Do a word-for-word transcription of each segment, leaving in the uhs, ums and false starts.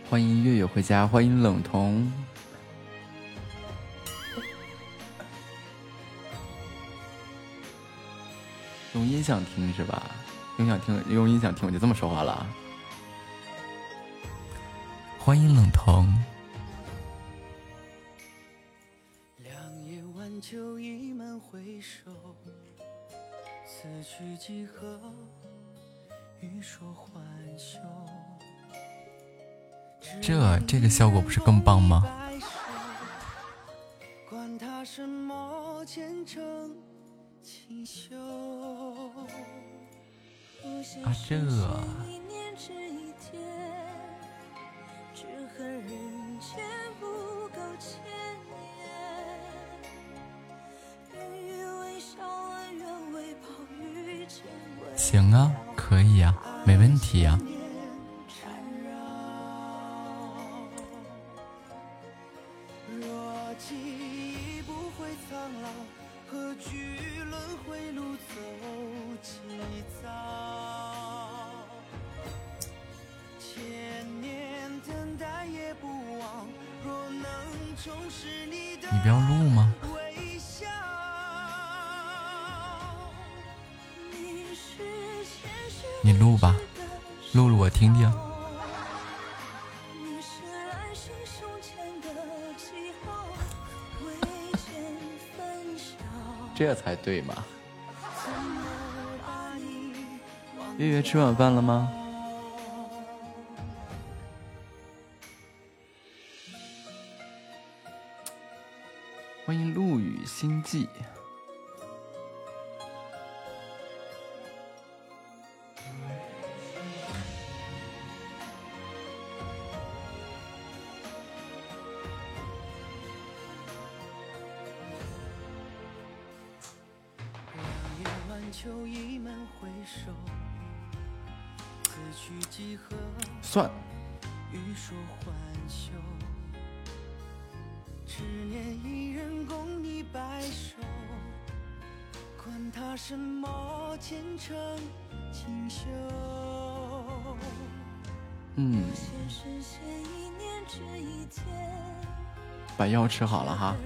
欢迎月月回家，欢迎冷童。用音响听是吧？用音响听，用音响听，我就这么说话了。欢迎冷童。 两夜晚秋一门回首，此去几何？欲说还休。 这这个效果不是更棒吗？ 管他什么前程清秀。 啊，这行啊，可以呀、啊，没问题呀、啊。你不要录吗？你录吧，录录我听听。这才对嘛！月月吃晚饭了吗？欢迎陆羽星际。算。嗯，把药吃好了哈。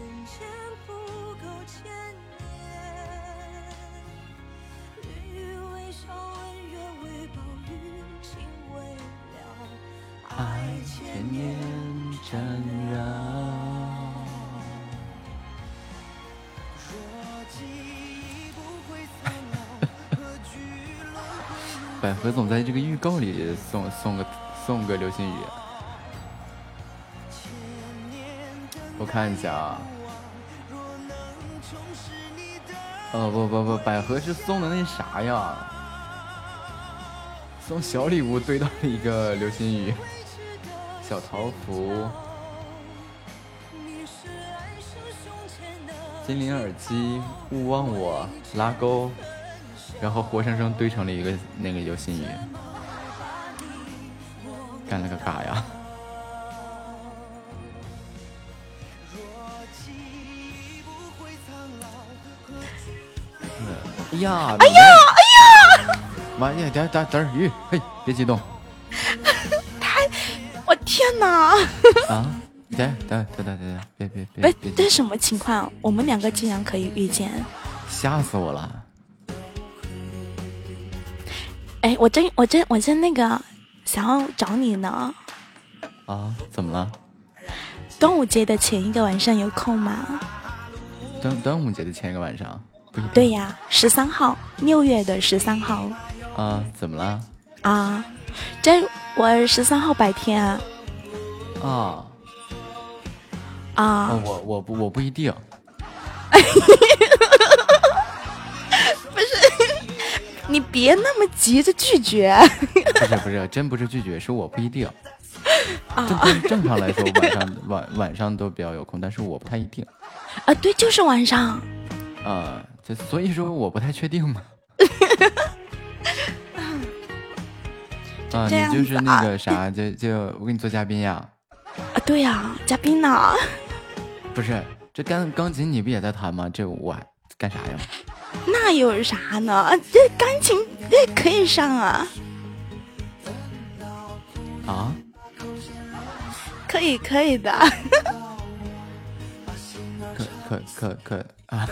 爱千年缠绕。百合总在这个预告里送送个送个流星雨，我看一下啊。哦不不不，百合是送的那啥呀？送小礼物堆到了一个流星雨，小桃符，精灵耳机，勿忘我，拉钩。然后活生生堆成了一个那个流星雨，干了个嘎呀！哎呀！哎呀！哎呀！妈呀！等等等雨，嘿，别激动！ 太，我天哪！ 啊！等等等等等等，别别别！ 别，这是什么情况？我们两个竟然可以遇见？ 吓死我了！ 哎，我真我真我真那个想要找你呢。 啊？怎么了？ 端午节的前一个晚上有空吗？ 端端午节的前一个晚上？不一定。 对呀，十三号，六月的十三号。 啊？怎么了？ 啊，这我十三号白天啊。 啊。 啊。 哦、我我不我不一定。 你别那么急着拒绝。 不是不是，真不是拒绝，是我不一定。正正常来说，晚上晚晚上都比较有空，但是我不太一定。 啊，对，就是晚上。 啊，这所以说我不太确定嘛。啊，你就是那个啥，就就我给你做嘉宾呀。 啊，对呀，嘉宾呢？ 不是，这钢钢琴你不也在弹吗？这我干啥呀？ 那有啥呢？这钢琴这可以上啊！ 啊？ 以可以的。 可可可可啊！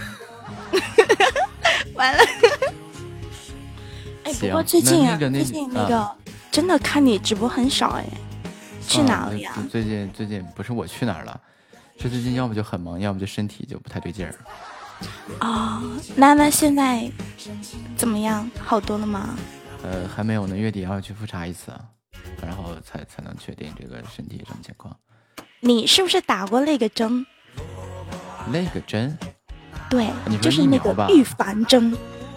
完了。哎，不过最近啊， 那个那最近那个、 啊、 真的看你直播很少哎，去哪了呀？ 啊、最近最近不是我去哪儿了，是最近要么就很忙，要么就身体就不太对劲儿。 啊、哦，那那现在怎么样？好多了吗？ 呃，还没有呢，月底要去复查一次，然后才才能确定这个身体什么情况。 你是不是打过那个针？ 那个针？ 对， 你说就是那个预防针。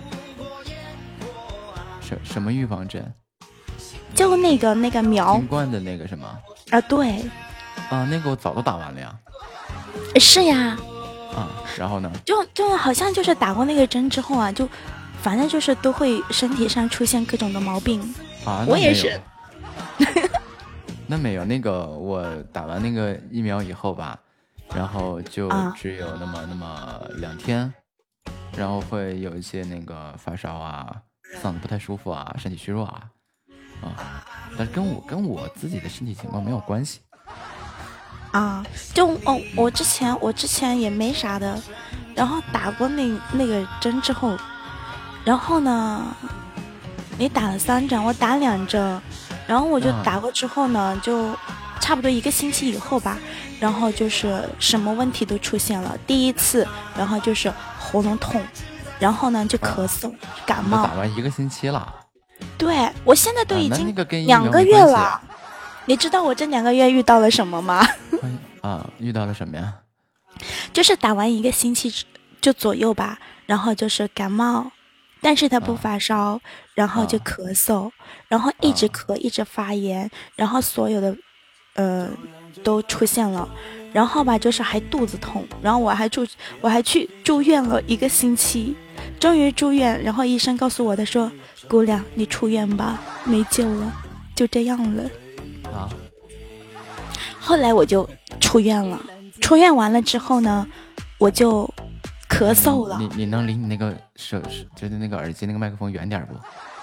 什什么预防针？ 就那个那个苗。 新冠的那个什么？ 啊，对。 啊，那个我早都打完了呀。 是呀。 啊，然后呢？ 就就好像就是打过那个针之后啊，就反正就是都会身体上出现各种的毛病。 啊， 我也是。 那没有，那个我打完那个疫苗以后吧，然后就只有那么、啊、那么两天，然后会有一些那个发烧啊，嗓子不太舒服啊，身体虚弱啊，啊，但是跟我跟我自己的身体情况没有关系。 啊，就哦，我之前我之前也没啥的，然后打过那那个针之后，然后呢，你打了三针，我打两针，然后我就打过之后呢，就差不多一个星期以后吧，然后就是什么问题都出现了。第一次，然后就是喉咙痛，然后呢就咳嗽、啊、感冒。 打完一个星期了？ 对，我现在都已经两个月了。啊、你知道我这两个月遇到了什么吗？ 啊，遇到了什么呀？ 就是打完一个星期就左右吧，然后就是感冒，但是他不发烧，啊、然后就咳嗽，啊、然后一直咳，啊、一直发炎，然后所有的，呃，都出现了，然后吧，就是还肚子痛，然后我还住，我还去住院了一个星期，终于住院，然后医生告诉我的说，姑娘，你出院吧，没救了，就这样了。 啊。 后来我就出院了，出院完了之后呢，我就咳嗽了。 你你能离你那个手就是那个耳机那个麦克风远点不？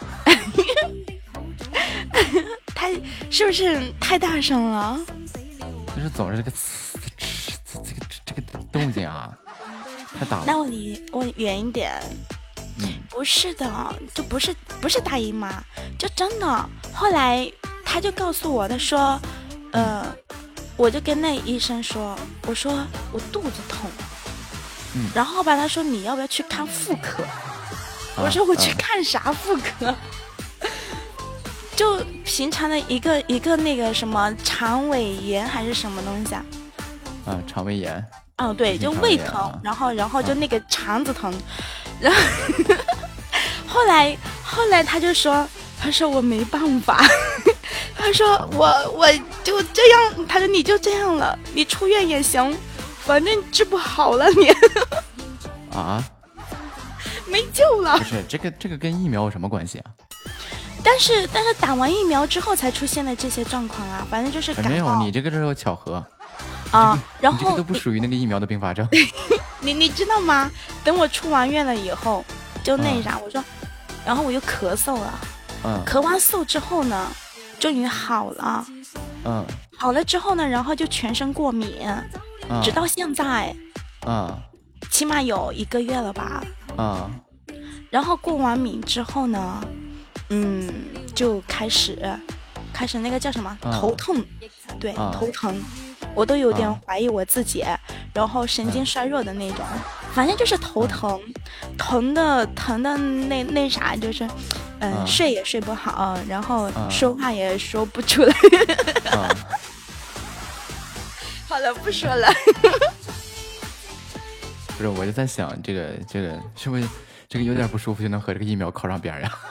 太是不是太大声了？ 就是总是这个这个这个动静啊，太大了。 那我离我远一点。 嗯， 不是的，就不是不是大姨妈，就真的。后来他就告诉我，他说，呃。我就跟那医生说，我说我肚子痛， 嗯， 然后吧，他说你要不要去看妇科？ 啊、 我说我去看啥妇科？啊、就平常的一个一个那个什么肠胃炎还是什么东西啊？ 啊，肠胃炎。 哦，对，就胃疼，啊、然后然后就那个肠子疼，啊、然后后来后来他就说，他说我没办法。他说我我就这样，他说你就这样了，你出院也行，反正治不好了你。 啊？ 没救了。 不是这个这个跟疫苗有什么关系啊？ 但是但是打完疫苗之后才出现的这些状况啊，反正就是感冒。 没有，你这个只有巧合啊。然后你这个都不属于那个疫苗的并发症。 你你知道吗？等我出完院了以后，就那啥，嗯、我说，然后我又咳嗽了。 嗯。 咳完嗽之后呢？终于好了， 嗯， 好了之后呢，然后就全身过敏， 嗯、 直到现在， 嗯， 起码有一个月了吧， 嗯， 然后过完敏之后呢，嗯，就开始开始那个叫什么、 嗯、 头痛，对、 嗯、 头疼，我都有点怀疑我自己，嗯、然后神经衰弱的那种，嗯、反正就是头疼，嗯、疼的疼的那那啥就是。嗯，嗯睡也睡不好，然后说话也说不出来。 嗯、 好了，不说了。 不是，我就在想，这个这个是不是这个有点不舒服就能和这个疫苗靠上边呀？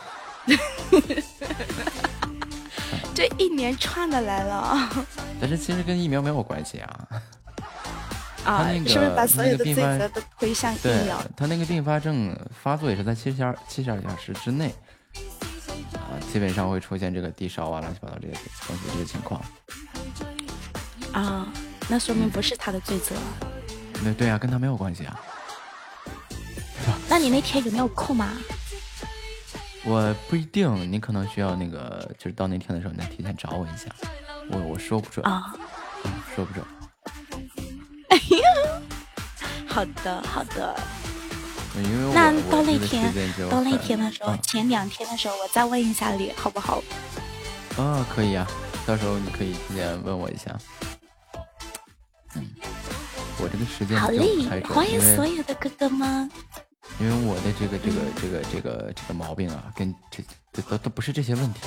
这一连串的来了。 但是其实跟疫苗没有关系啊。 啊， 那个、 是不是把所有的罪责都推向疫苗？ 他那个并发症发作也是在七十二七十二小时之内。啊，基本上会出现这个低烧啊、乱七八糟这些东西这个情况。 啊，那说明不是他的罪责。 对对啊，跟他没有关系啊。 那你那天有没有空吗？ 我不一定，你可能需要那个，就是到那天的时候，你再提前找我一下。我我说不准啊。 说不准。 哎呀，好的好的。 因为那到那天到那很天的时候， 嗯前两天的时候，我再问一下你好不好？ 啊，可以啊，到时候你可以提前问我一下。嗯，我这个时间好比较嘞， 不太准， 欢迎因为所有的哥哥们。 因为我的这个这个这个这个这个毛病啊，跟这这都都不是这些问题。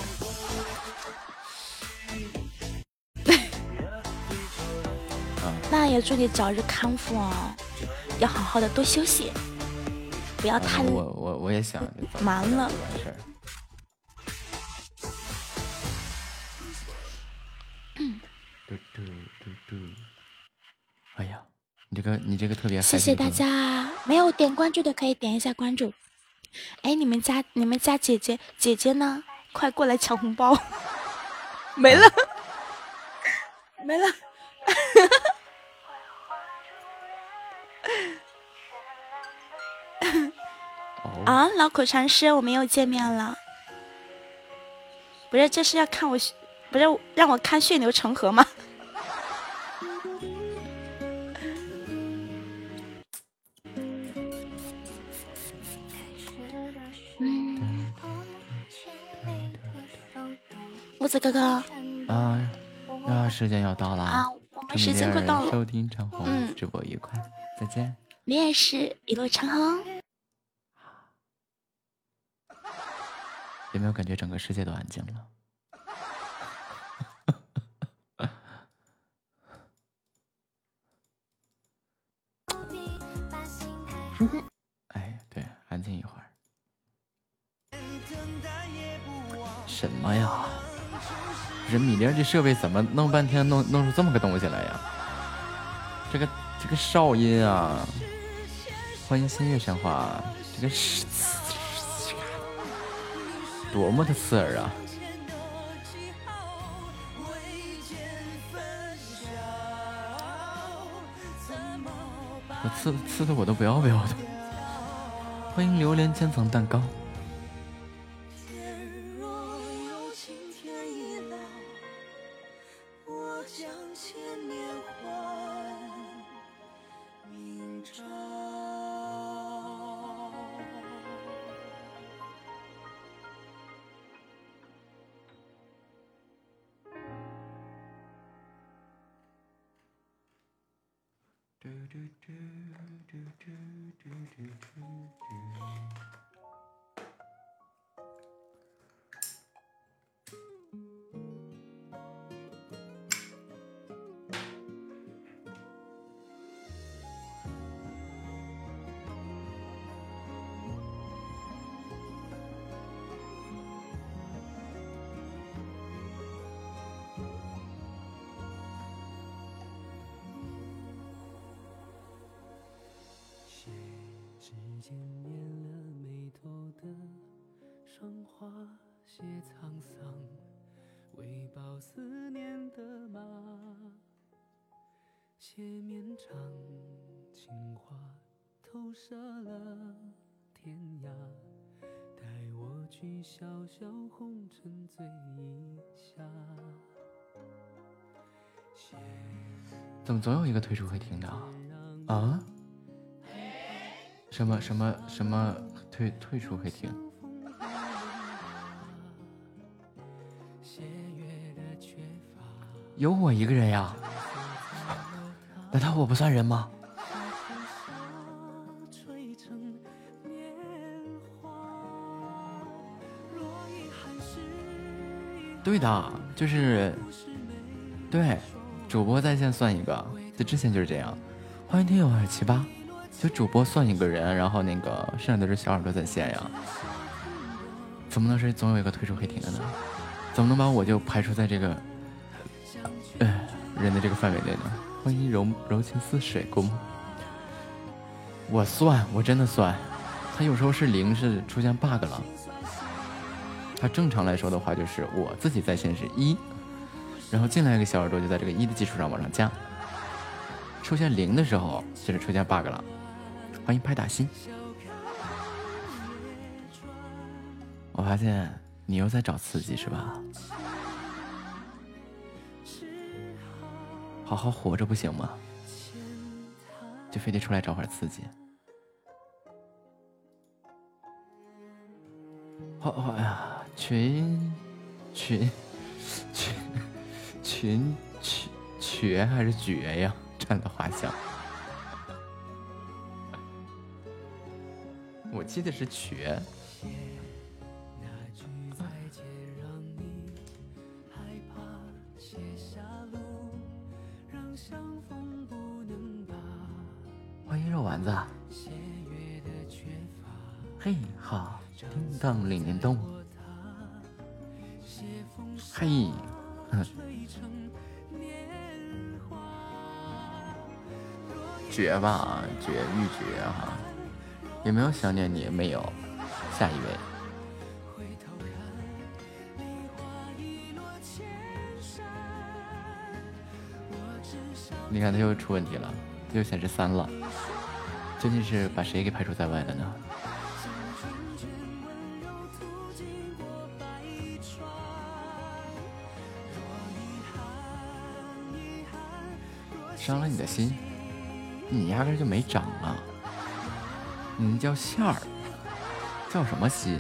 啊， 那也祝你早日康复哦，要好好的多休息，不要太我我我也想忙了。 完事儿。 嗯。 嘟嘟嘟嘟。哎呀，你这个你这个特别。 谢谢大家，没有点关注的可以点一下关注。哎，你们家你们家姐姐姐姐呢？快过来抢红包！没了，没了。啊，老口禅师，我们又见面了。不是，这是要看我，不是让我看血流成河吗？嗯，木子哥哥。 啊啊，时间要到了啊，我们时间快到了。 收听长虹， 嗯， 直播愉快，再见。 你也是一路长虹。 有没有感觉整个世界都安静了？哎，对，安静一会儿。什么呀？人米粒这设备怎么弄半天弄弄出这么个东西来呀？这个这个哨音啊！欢迎新月神话，这个是多么的刺耳啊！我刺刺的我都不要不要的。欢迎榴莲千层蛋糕。怎么总有一个退出会听的啊？什么什么什么退退出会听？有我一个人呀？难道我不算人吗？对的，就是对。主播在线算一个，就之前就是这样。欢迎听友二七八，就主播算一个人，然后那个剩下的是小耳朵在线呀。怎么能是总有一个退出黑屏的呢？怎么能把我就排除在这个呃人的这个范围内呢？欢迎柔柔情似水公，我算，我真的算，他有时候是零，是出现 bug 了。他正常来说的话，就是我自己在线是一。然后进来一个小耳朵，就在这个一的基础上往上加。出现零的时候，就是出现 bug 了。欢迎拍打心。我发现你又在找刺激是吧？ 好好活着不行吗？就非得出来找会儿刺激。好好呀，群群群群群瘸还是绝呀？站的画像，我记得是瘸。欢迎肉丸子。嘿，好，叮当铃铃咚。嘿，哼，绝吧，绝欲绝哈。有没有想念你？没有。下一位。你看，他又出问题了，又显示三了。究竟是把谁给排除在外了呢？伤了你的心，你压根就没长啊！你叫馅儿，叫什么心？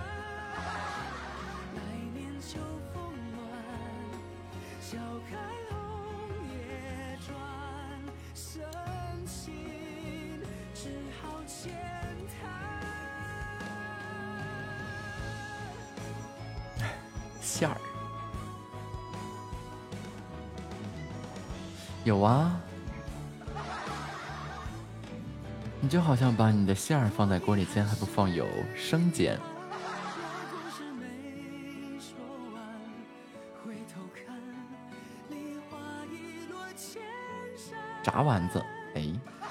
馅儿有啊，你就好像把你的馅儿放在锅里煎还不放油，生煎。炸丸子，哎。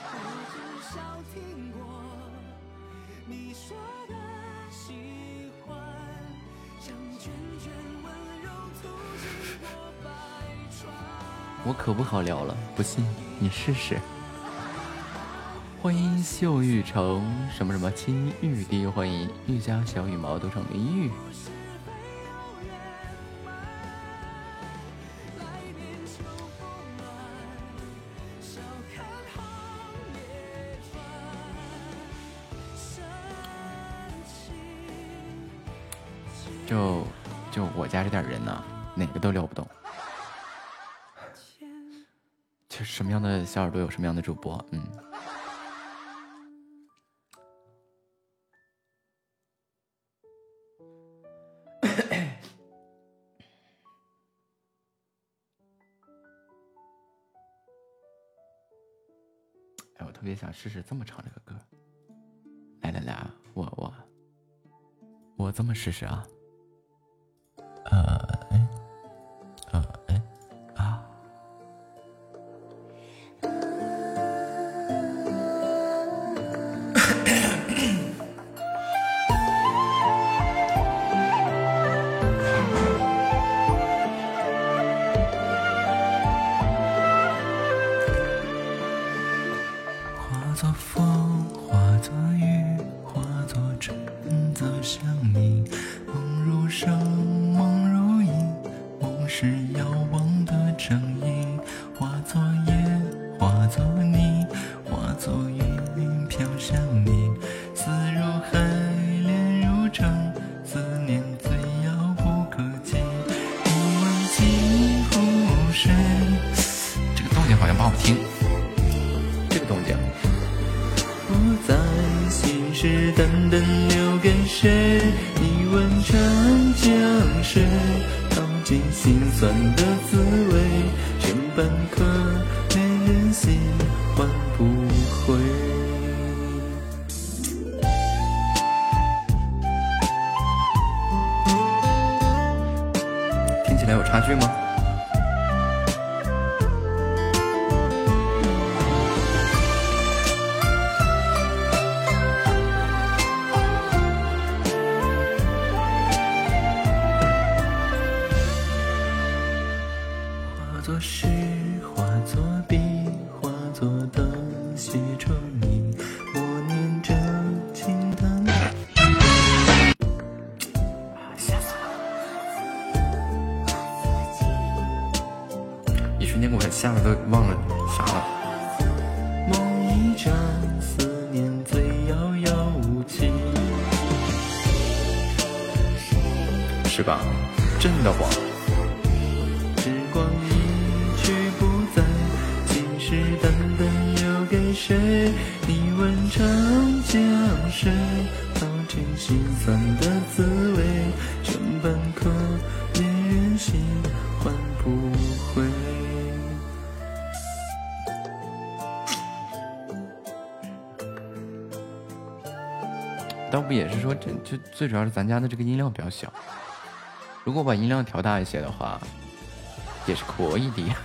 我可不好聊了，不信你试试。欢迎秀玉成什么什么青玉滴，欢迎玉家小羽毛都成淋玉。就就我家这点人呢、啊，哪个都撩不动。就什么样的小耳朵有什么样的主播，嗯。哎，我特别想试试这么唱这个歌。来来来，我我我这么试试啊。呃，哎，呃，哎，啊。 化作风，化作雨，化作春则想你。梦如声，梦如影，梦是遥望的正影。化作烟，化作泥，化作云飘向你。思如海，恋如城，思念最遥不可及。一望镜湖水， 这个动静好像不好听。这个动静。 不在心事淡淡留给谁？一问长江水，道尽心酸的滋味。千般可怜人心换不回。 听起来有差距吗？ 化作诗，化作笔，化作灯写成你。默念着情淡。 吓死了！一瞬瞬间给我吓得都忘了啥了。 梦一场，思念最遥遥无期， 是吧？真的慌。 时光一去不再，今世淡淡留给谁？你问长江水，道尽心酸的滋味，千般可怜人心换不回。 倒不也是说，这就最主要是咱家的这个音量比较小，如果把音量调大一些的话，也是可以的。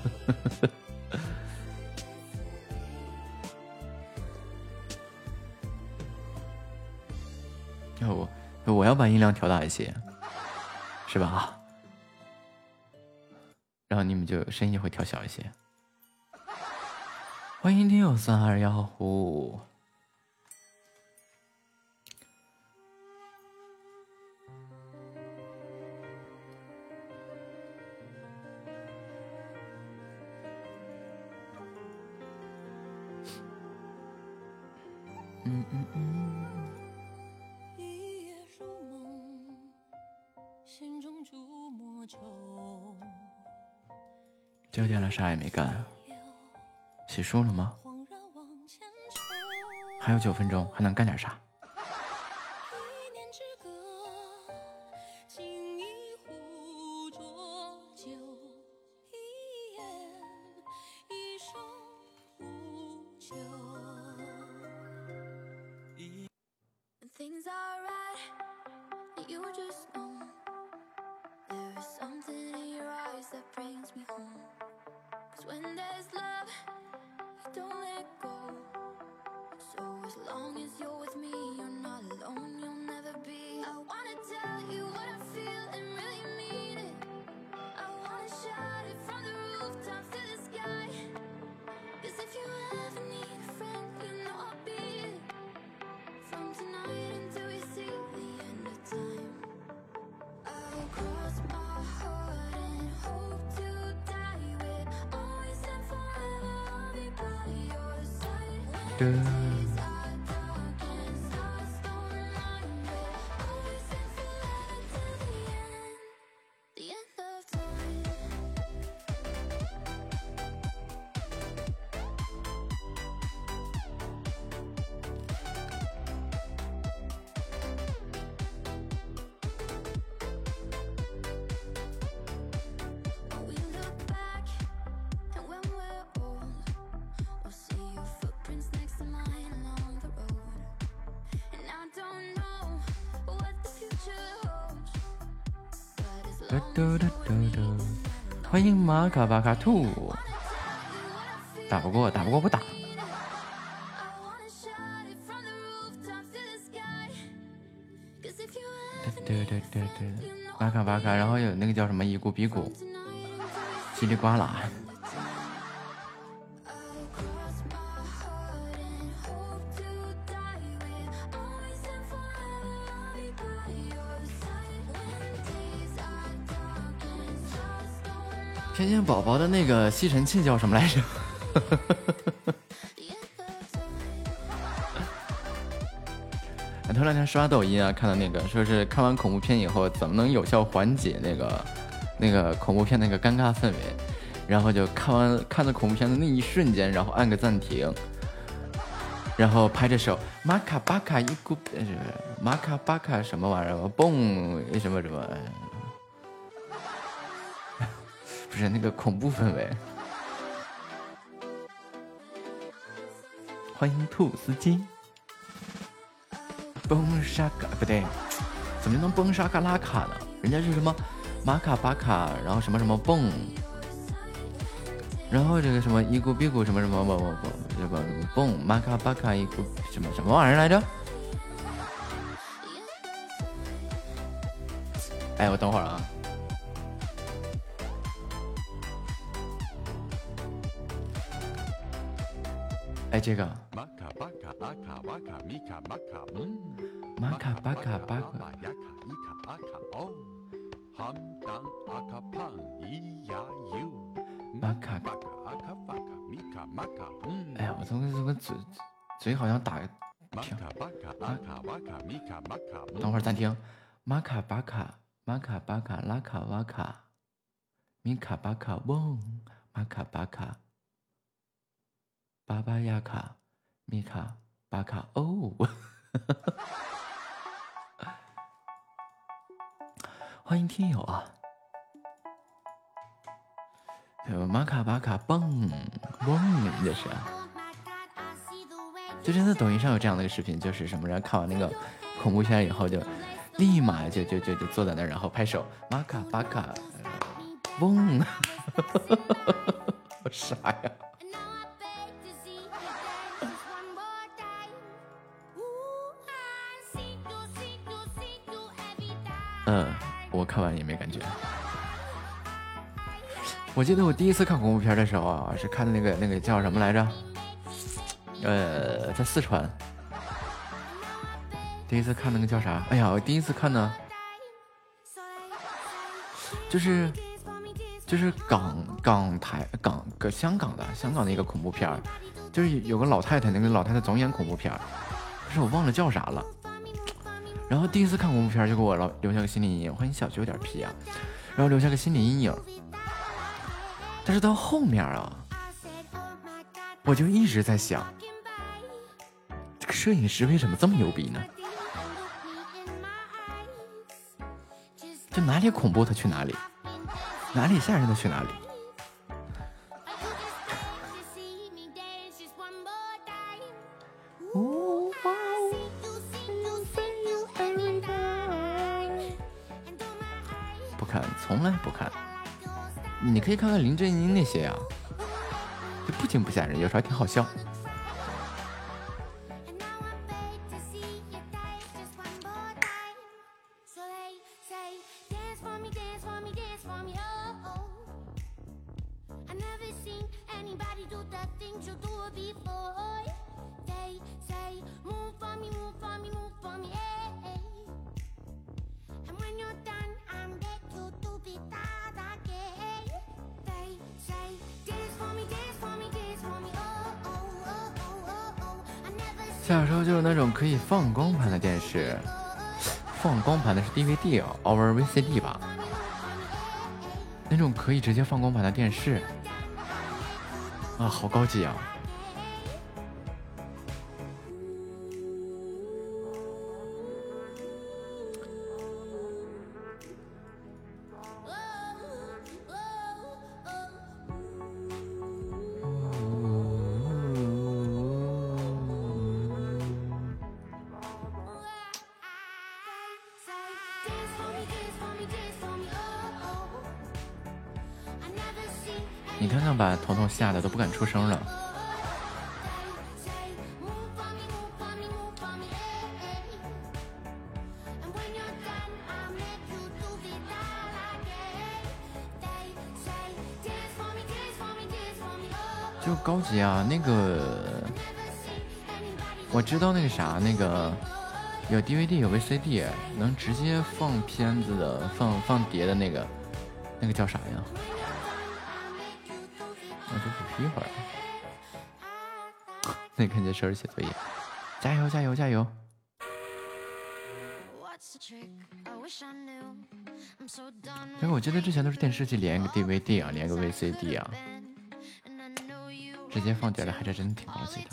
要不我要把音量调大一些，是吧？然后你们就声音会调小一些。欢迎听友三二幺五。嗯嗯嗯。一夜入梦，心中逐末愁。九点了，啥也没干。洗漱了吗？还有九分钟，还能干点啥？欢迎马卡巴卡兔，打不过，打不过不打。对对对对，巴卡巴卡，然后有那个叫什么一咕比咕，叽里呱啦。天线宝宝的那个吸尘器叫什么来着？头两天刷抖音啊，看到那个说是看完恐怖片以后怎么能有效缓解那个那个恐怖片那个尴尬氛围，然后就看完看到恐怖片的那一瞬间，然后按个暂停，然后拍着手，马卡巴卡一股，马卡巴卡什么玩意儿？蹦什么什么？不是那个恐怖氛围。欢迎兔司机。崩沙卡不对，怎么能崩沙卡拉卡呢？人家是什么马卡巴卡，然后什么什么蹦，然后这个什么伊咕比咕什么什么不不不这个蹦马卡巴卡伊咕什么什么玩意儿来着？哎，我等会儿啊。哎，这个马卡巴卡阿卡瓦卡米卡巴卡嗯，马卡巴卡巴卡雅卡伊卡阿卡哦，汉当阿卡胖咿呀哟，马玛卡，哎呀，我怎么怎么嘴嘴好像打个停？等会儿暂停。玛卡巴卡，玛卡巴卡，拉卡瓦卡，米卡巴卡嗡，玛卡巴卡，巴巴亚卡，米卡巴卡哦。欢迎听友啊！玛卡巴卡蹦蹦，这是。就真的抖音上有这样的一个视频，就是什么人看完那个恐怖片以后，就立马就就就就坐在那儿，然后拍手，玛卡巴卡蹦，好傻呀！嗯，我看完也没感觉。我记得我第一次看恐怖片的时候啊，是看的那个那个叫什么来着？呃，在四川。第一次看那个叫啥？哎呀，我第一次看呢，就是就是港港台港个香港的香港的一个恐怖片，就是有个老太太，那个老太太总演恐怖片，可是我忘了叫啥了。然后第一次看恐怖片就给我老留下个心理阴影。欢迎小菊有点皮啊，然后留下个心理阴影。但是到后面啊，我就一直在想，这个摄影师为什么这么牛逼呢？就哪里恐怖他去哪里，哪里吓人他去哪里。不看，从来不看。你可以看看林正英那些呀、啊，就不惊不吓人，有时候还挺好笑。小时候就有那种可以放光盘的电视，放光盘的是 D V D 啊 ，over V C D 吧？那种可以直接放光盘的电视啊，好高级啊！你看看把彤彤吓得都不敢出声了。就高级啊，那个我知道那个啥，那个有 D V D 有 V C D， 能直接放片子的，放放碟的那个，那个叫啥呀？我就补皮一会儿。那看见生日写作业，加油加油加油！因为我记得之前都是电视机连一个 D V D 啊，连个 V C D 啊，直接放碟了，还是真的挺高级的。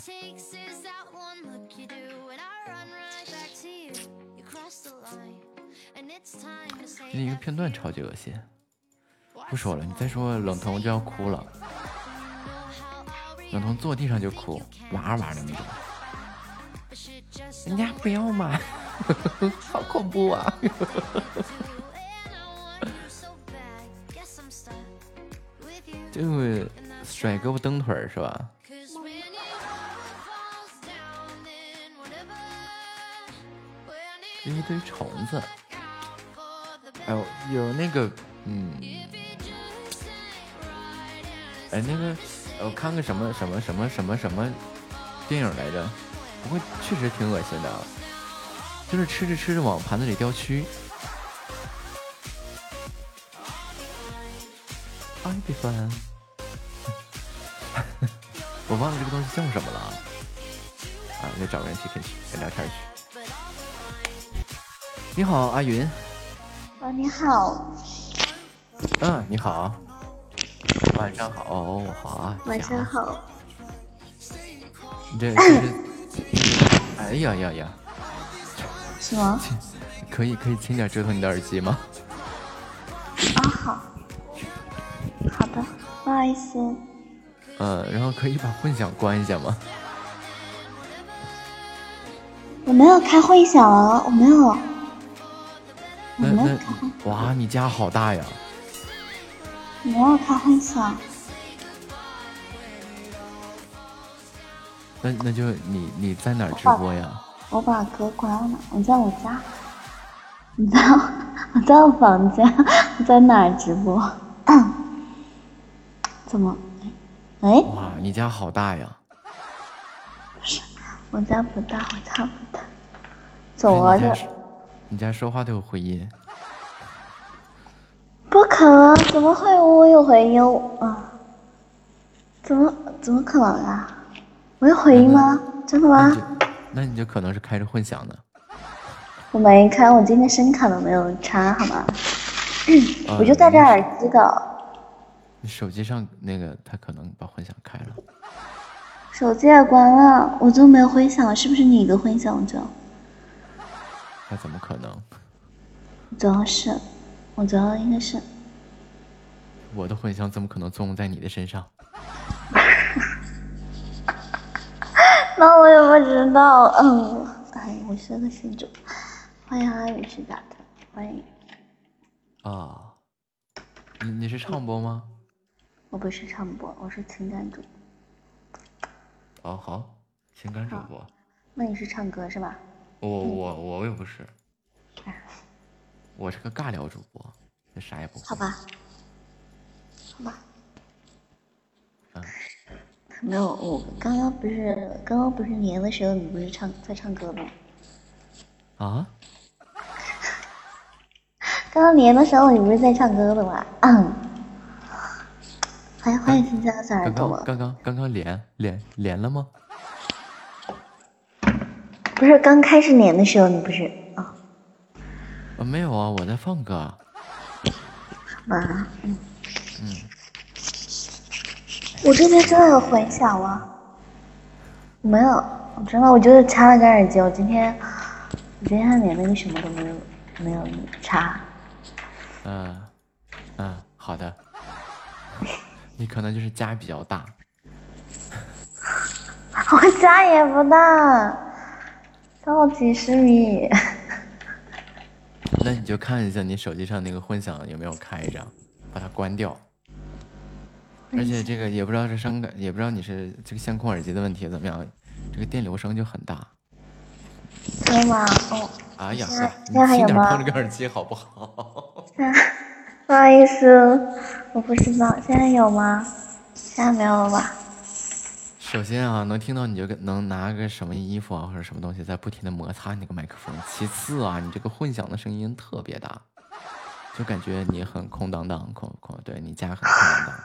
这一个片段超级恶心。不说了，你再说冷彤就要哭了。冷彤坐地上就哭，哇哇的那种。人家不要嘛，好恐怖啊！就甩胳膊蹬腿是吧？一堆虫子。哎呦，有那个，嗯，哎，那个，我看个什么什么什么什么什么电影来着？不过确实挺恶心的，就是吃着吃着往盘子里掉蛆。哎，别翻！ 我忘了这个东西叫什么了啊！那找个人 P K 去，跟聊天去。你好，阿云。 哦，你好。 嗯，你好。晚上好，哦，好啊。 晚上好。 你这这是，哎呀呀呀！ 什么？ 可以可以轻点折腾你的耳机吗？ 啊，好。好的，不好意思。 呃，然后可以把混响关一下吗？ 我没有开混响啊，我没有。 那那哇，你家好大呀！ 没有开混响。 那那就你你在哪儿直播呀？ 我把歌关了，我在我家。你在我在我房间，我在哪儿直播？怎么？哎？ 哇，你家好大呀！ 不是，我家不大，我家不大。走啊！这。 你家说话都有回音。 不可能，怎么会我有回音啊？怎么怎么可能啊？我有回音吗？真的吗？ 那你就可能是开着混响的。 我没开，我今天声卡都没有插，好吗？嗯，我就戴着耳机的。 你手机上那个，他可能把混响开了。 手机也关了，我就没有混响，是不是你的混响就？ 那怎么可能？ 主要是，我觉得应该是。 我的混响怎么可能作用在你的身上？ 那我也不知道，嗯，哎，我是个新主，欢迎阿宇去打的，欢迎。 啊，你你是唱播吗？ 我不是唱播，我是情感主。 哦，好，情感主播。 那你是唱歌是吧？ 我我我又不是，我是个尬聊主播，这啥也不会。 好吧，好吧。 嗯。 没有，我刚刚不是刚刚不是年的时候，你不是唱在唱歌吗？ 啊？ 刚刚年的时候，你不是在唱歌的吗？嗯。欢迎欢迎新加小耳朵。 刚刚刚刚连连连了吗？ 不是刚开始年的时候，你不是啊？ 啊，没有啊，我在放歌。 好吧，嗯嗯。 我这边真的有混响啊？没有，真的，我就是插了个耳机。我今天，我今天连那个什么都没有，没有插。 嗯，嗯，好的。你可能就是家比较大。 我家也不大，到几十米。 那你就看一下你手机上那个混响有没有开着，把它关掉。而且这个也不知道是声感，也不知道你是这个线控耳机的问题怎么样，这个电流声就很大。 真的吗？哦。 哎呀， 现在还有吗？ 你轻点碰这个耳机好不好？ 不好意思，我不知道，现在有吗？现在没有了吧？ 首先啊，能听到你就能拿个什么衣服啊或者什么东西在不停的摩擦你那个麦克风。其次啊，你这个混响的声音特别大，就感觉你很空荡荡，空空，对你家很空荡荡。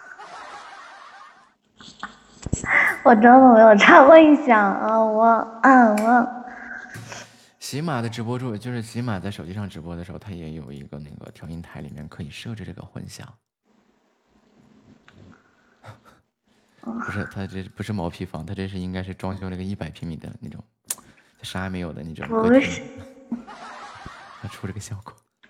我真的没有插混响啊，我啊我。 喜马的直播主就是喜马在手机上直播的时候，它也有一个那个调音台，里面可以设置这个混响。不是，它这不是毛坯房，它这是应该是装修了个一百平米的那种，啥也没有的那种歌厅。它出这个效果。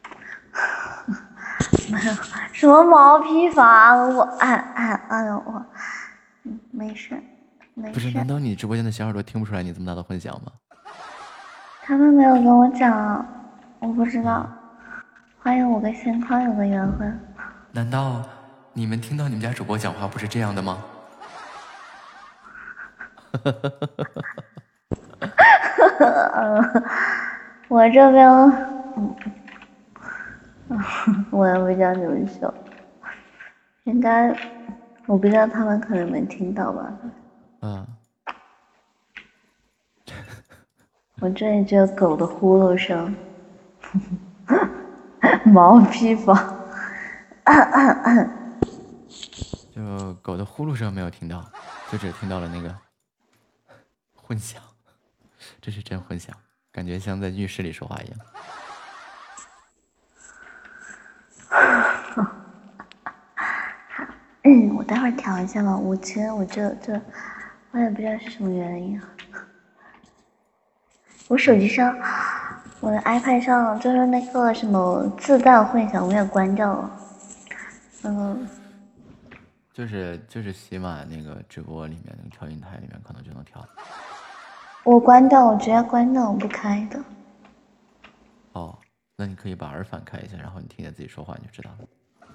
没有什么毛坯房，我哎哎哎呦我，嗯没事没事。 不是，难道你直播间的小耳朵听不出来你这么大的混响吗？ 他们没有跟我讲，我不知道。欢迎我跟新康有个缘分。 难道你们听到你们家主播讲话不是这样的吗？ 我这边，嗯，我也比较优秀，应该，我不知道他们可能能听到吧。 嗯。 我这里只有狗的呼噜声，毛坯房。 就狗的呼噜声没有听到。 就只听到了那个混响，这是真混响，感觉像在浴室里说话一样。 嗯，我待会儿调一下吧。我其实我这这，我也不知道是什么原因啊。我手机上，我的 iPad 上就是那个什么自带混响，我也关掉了。嗯。 就是就是喜马那个直播里面那个调音台里面可能就能调。 我关掉，我直接关掉，我不开的。 哦，那你可以把耳返开一下，然后你听见自己说话你就知道了。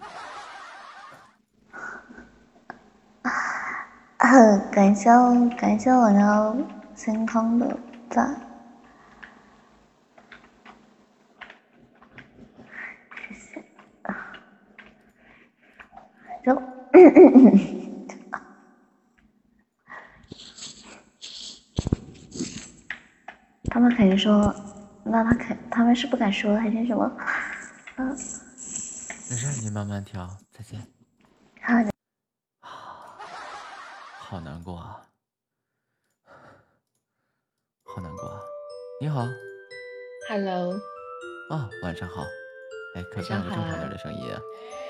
感谢感谢我的星空的赞，谢谢。就他们肯定说，那他肯他们是不敢说，还是什么？嗯。 没事，你慢慢调。再见。 好的。 好难过啊。好难过啊！你好 ，Hello， 啊，晚上好，哎，可算有个正常点的声音啊！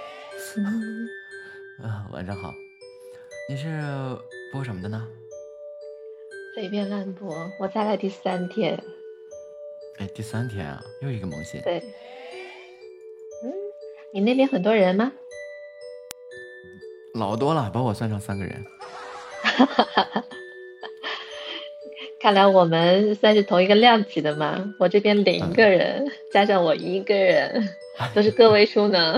啊，晚上好，你是播什么的呢？ 随便乱播，我才来第三天。 哎，第三天啊，又一个萌新。 对，嗯，你那边很多人吗？ 老多了，把我算上三个人。 看来我们算是同一个量级的嘛。我这边零个人，嗯、加上我一个人，都是个位数呢。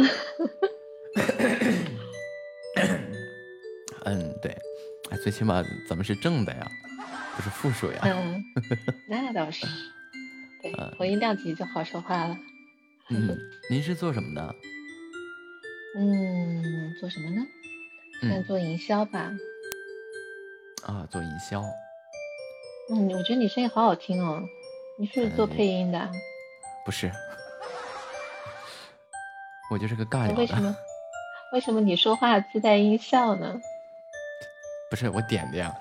嗯，对，哎，最起码咱们是正的呀，不是负数呀。 嗯，那倒是。对， 嗯、 同一量级就好说话了。 嗯，您是做什么的？ 嗯，做什么呢？算做营销吧。 啊，做营销。 嗯，我觉得你声音好好听哦。你是不是做配音的？嗯、 不是，我就是个尬聊的。 为什么？为什么你说话自带音效呢？ 不是我点的呀。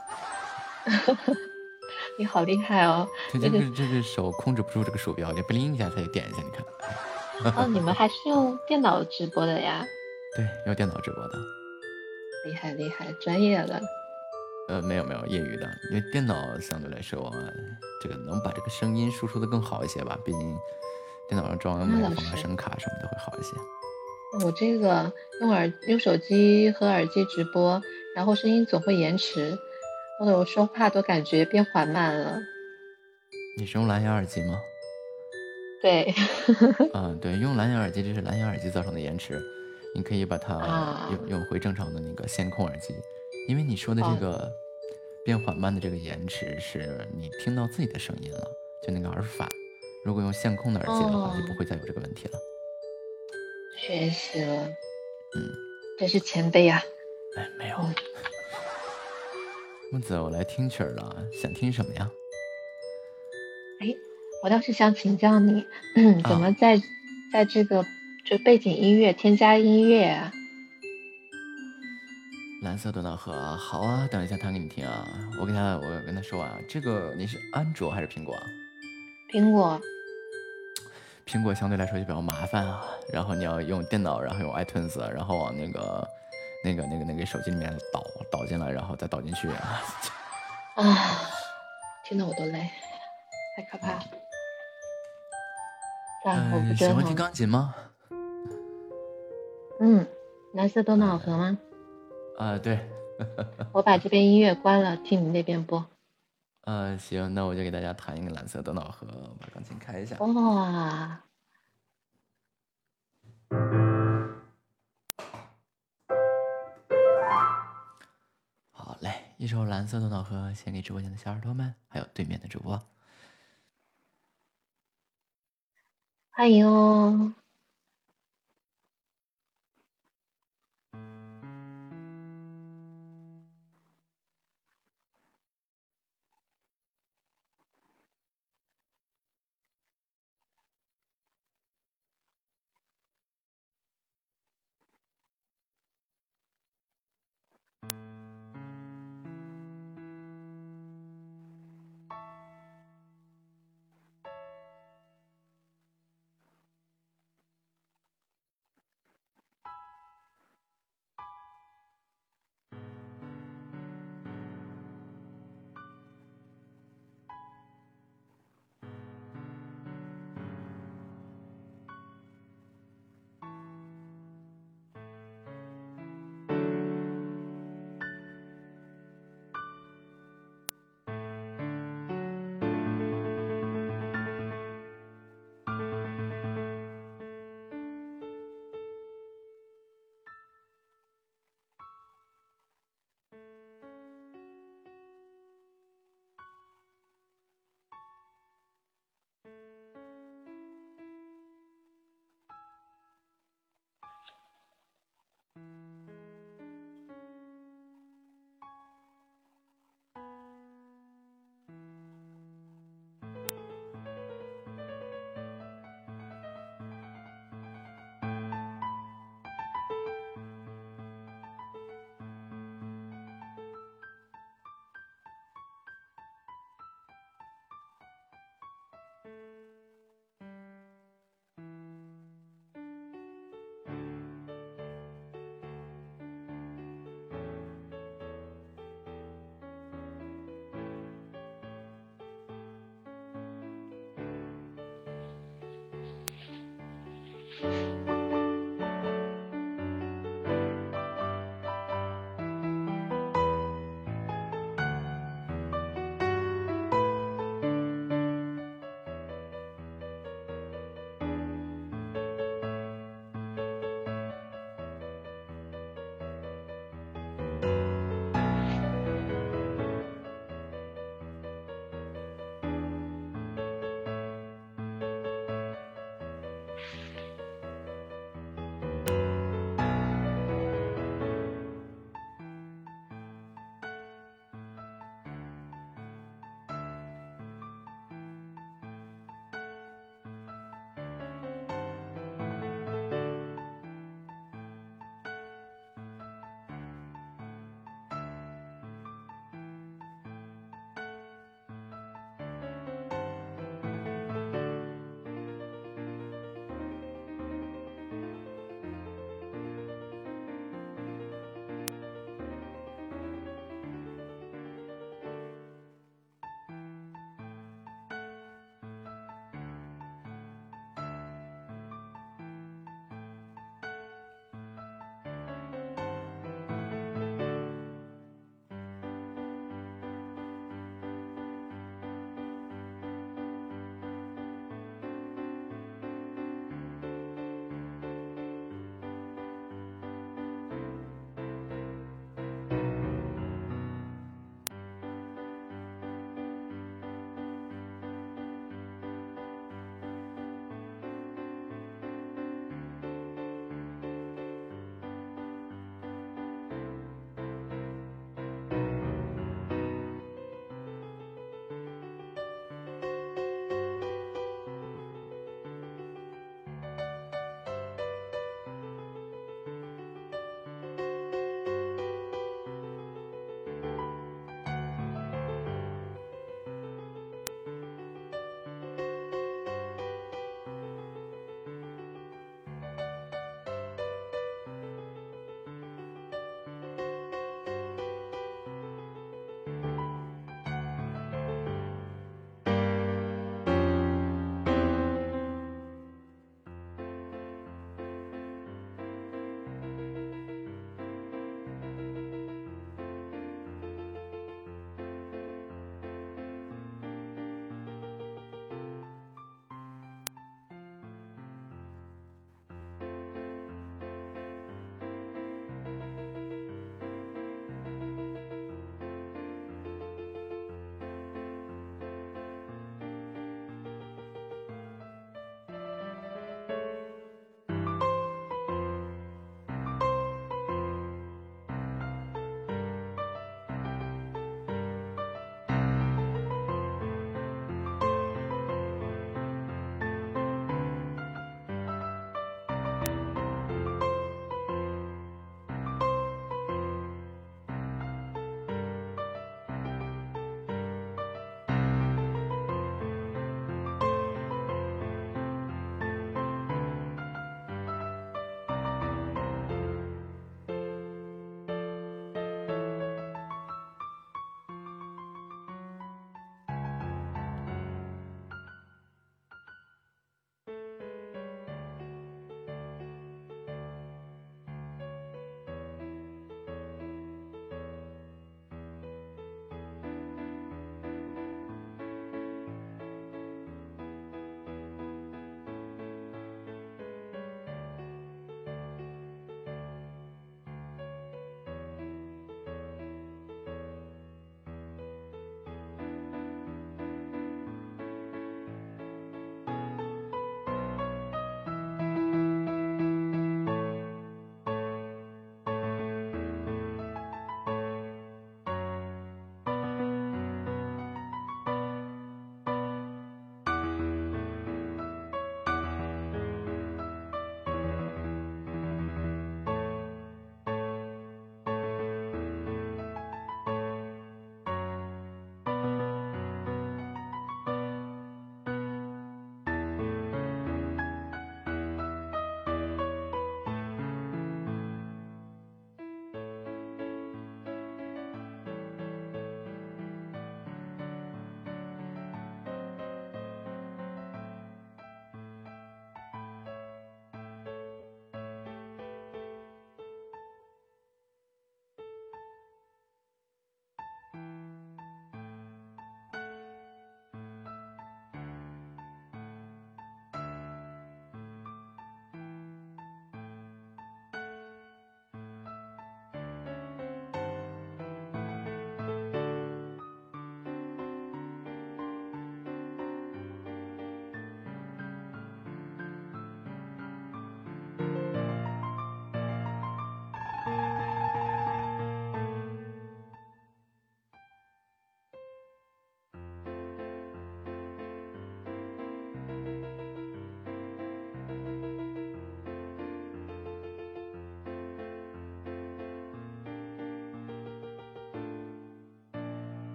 你好厉害哦！ 这这个这个手控制不住这个鼠标，你不灵一下它就点一下，你看。 哦，你们还是用电脑直播的呀？ 对，用电脑直播的。 厉害厉害，专业了。 呃，没有没有，业余的，因为电脑相对来说，这个能把这个声音输出的更好一些吧，毕竟电脑上装麦克风啊、声卡什么的会好一些。 我这个用耳用手机和耳机直播，然后声音总会延迟，我说话都感觉变缓慢了。 你是用蓝牙耳机吗？ 对。 嗯，对，用蓝牙耳机，这是蓝牙耳机造成的延迟，你可以把它用、啊、用回正常的那个线控耳机，因为你说的这个变缓慢的这个延迟是你听到自己的声音了，就那个耳返。如果用线控的耳机的话，哦、就不会再有这个问题了。 学习了， 嗯， 真是前辈呀、 啊。哎，没有。嗯、木子，我来听曲了，想听什么呀？ 哎，我倒是想请教你，怎么在、啊、在这个就背景音乐添加音乐啊？ 蓝色多瑙河，好啊，等一下弹给你听啊。我跟他，我跟他说啊，这个你是安卓还是苹果啊？ 苹果。 苹果相对来说就比较麻烦啊，然后你要用电脑，然后用 iTunes， 然后往那个、那个、那个、那个手机里面导导进来，然后再导进去啊。 啊，听得我都累，太可怕了。啊，我不喜欢听钢琴吗？ 嗯，蓝色多瑙河吗？ 啊，对。 我把这边音乐关了，听你那边播。 呃，行，那我就给大家弹一个蓝色多瑙河，把钢琴开一下。 哇。 好嘞，一首蓝色多瑙河献给直播间的小耳朵们，还有对面的主播。 欢迎哦。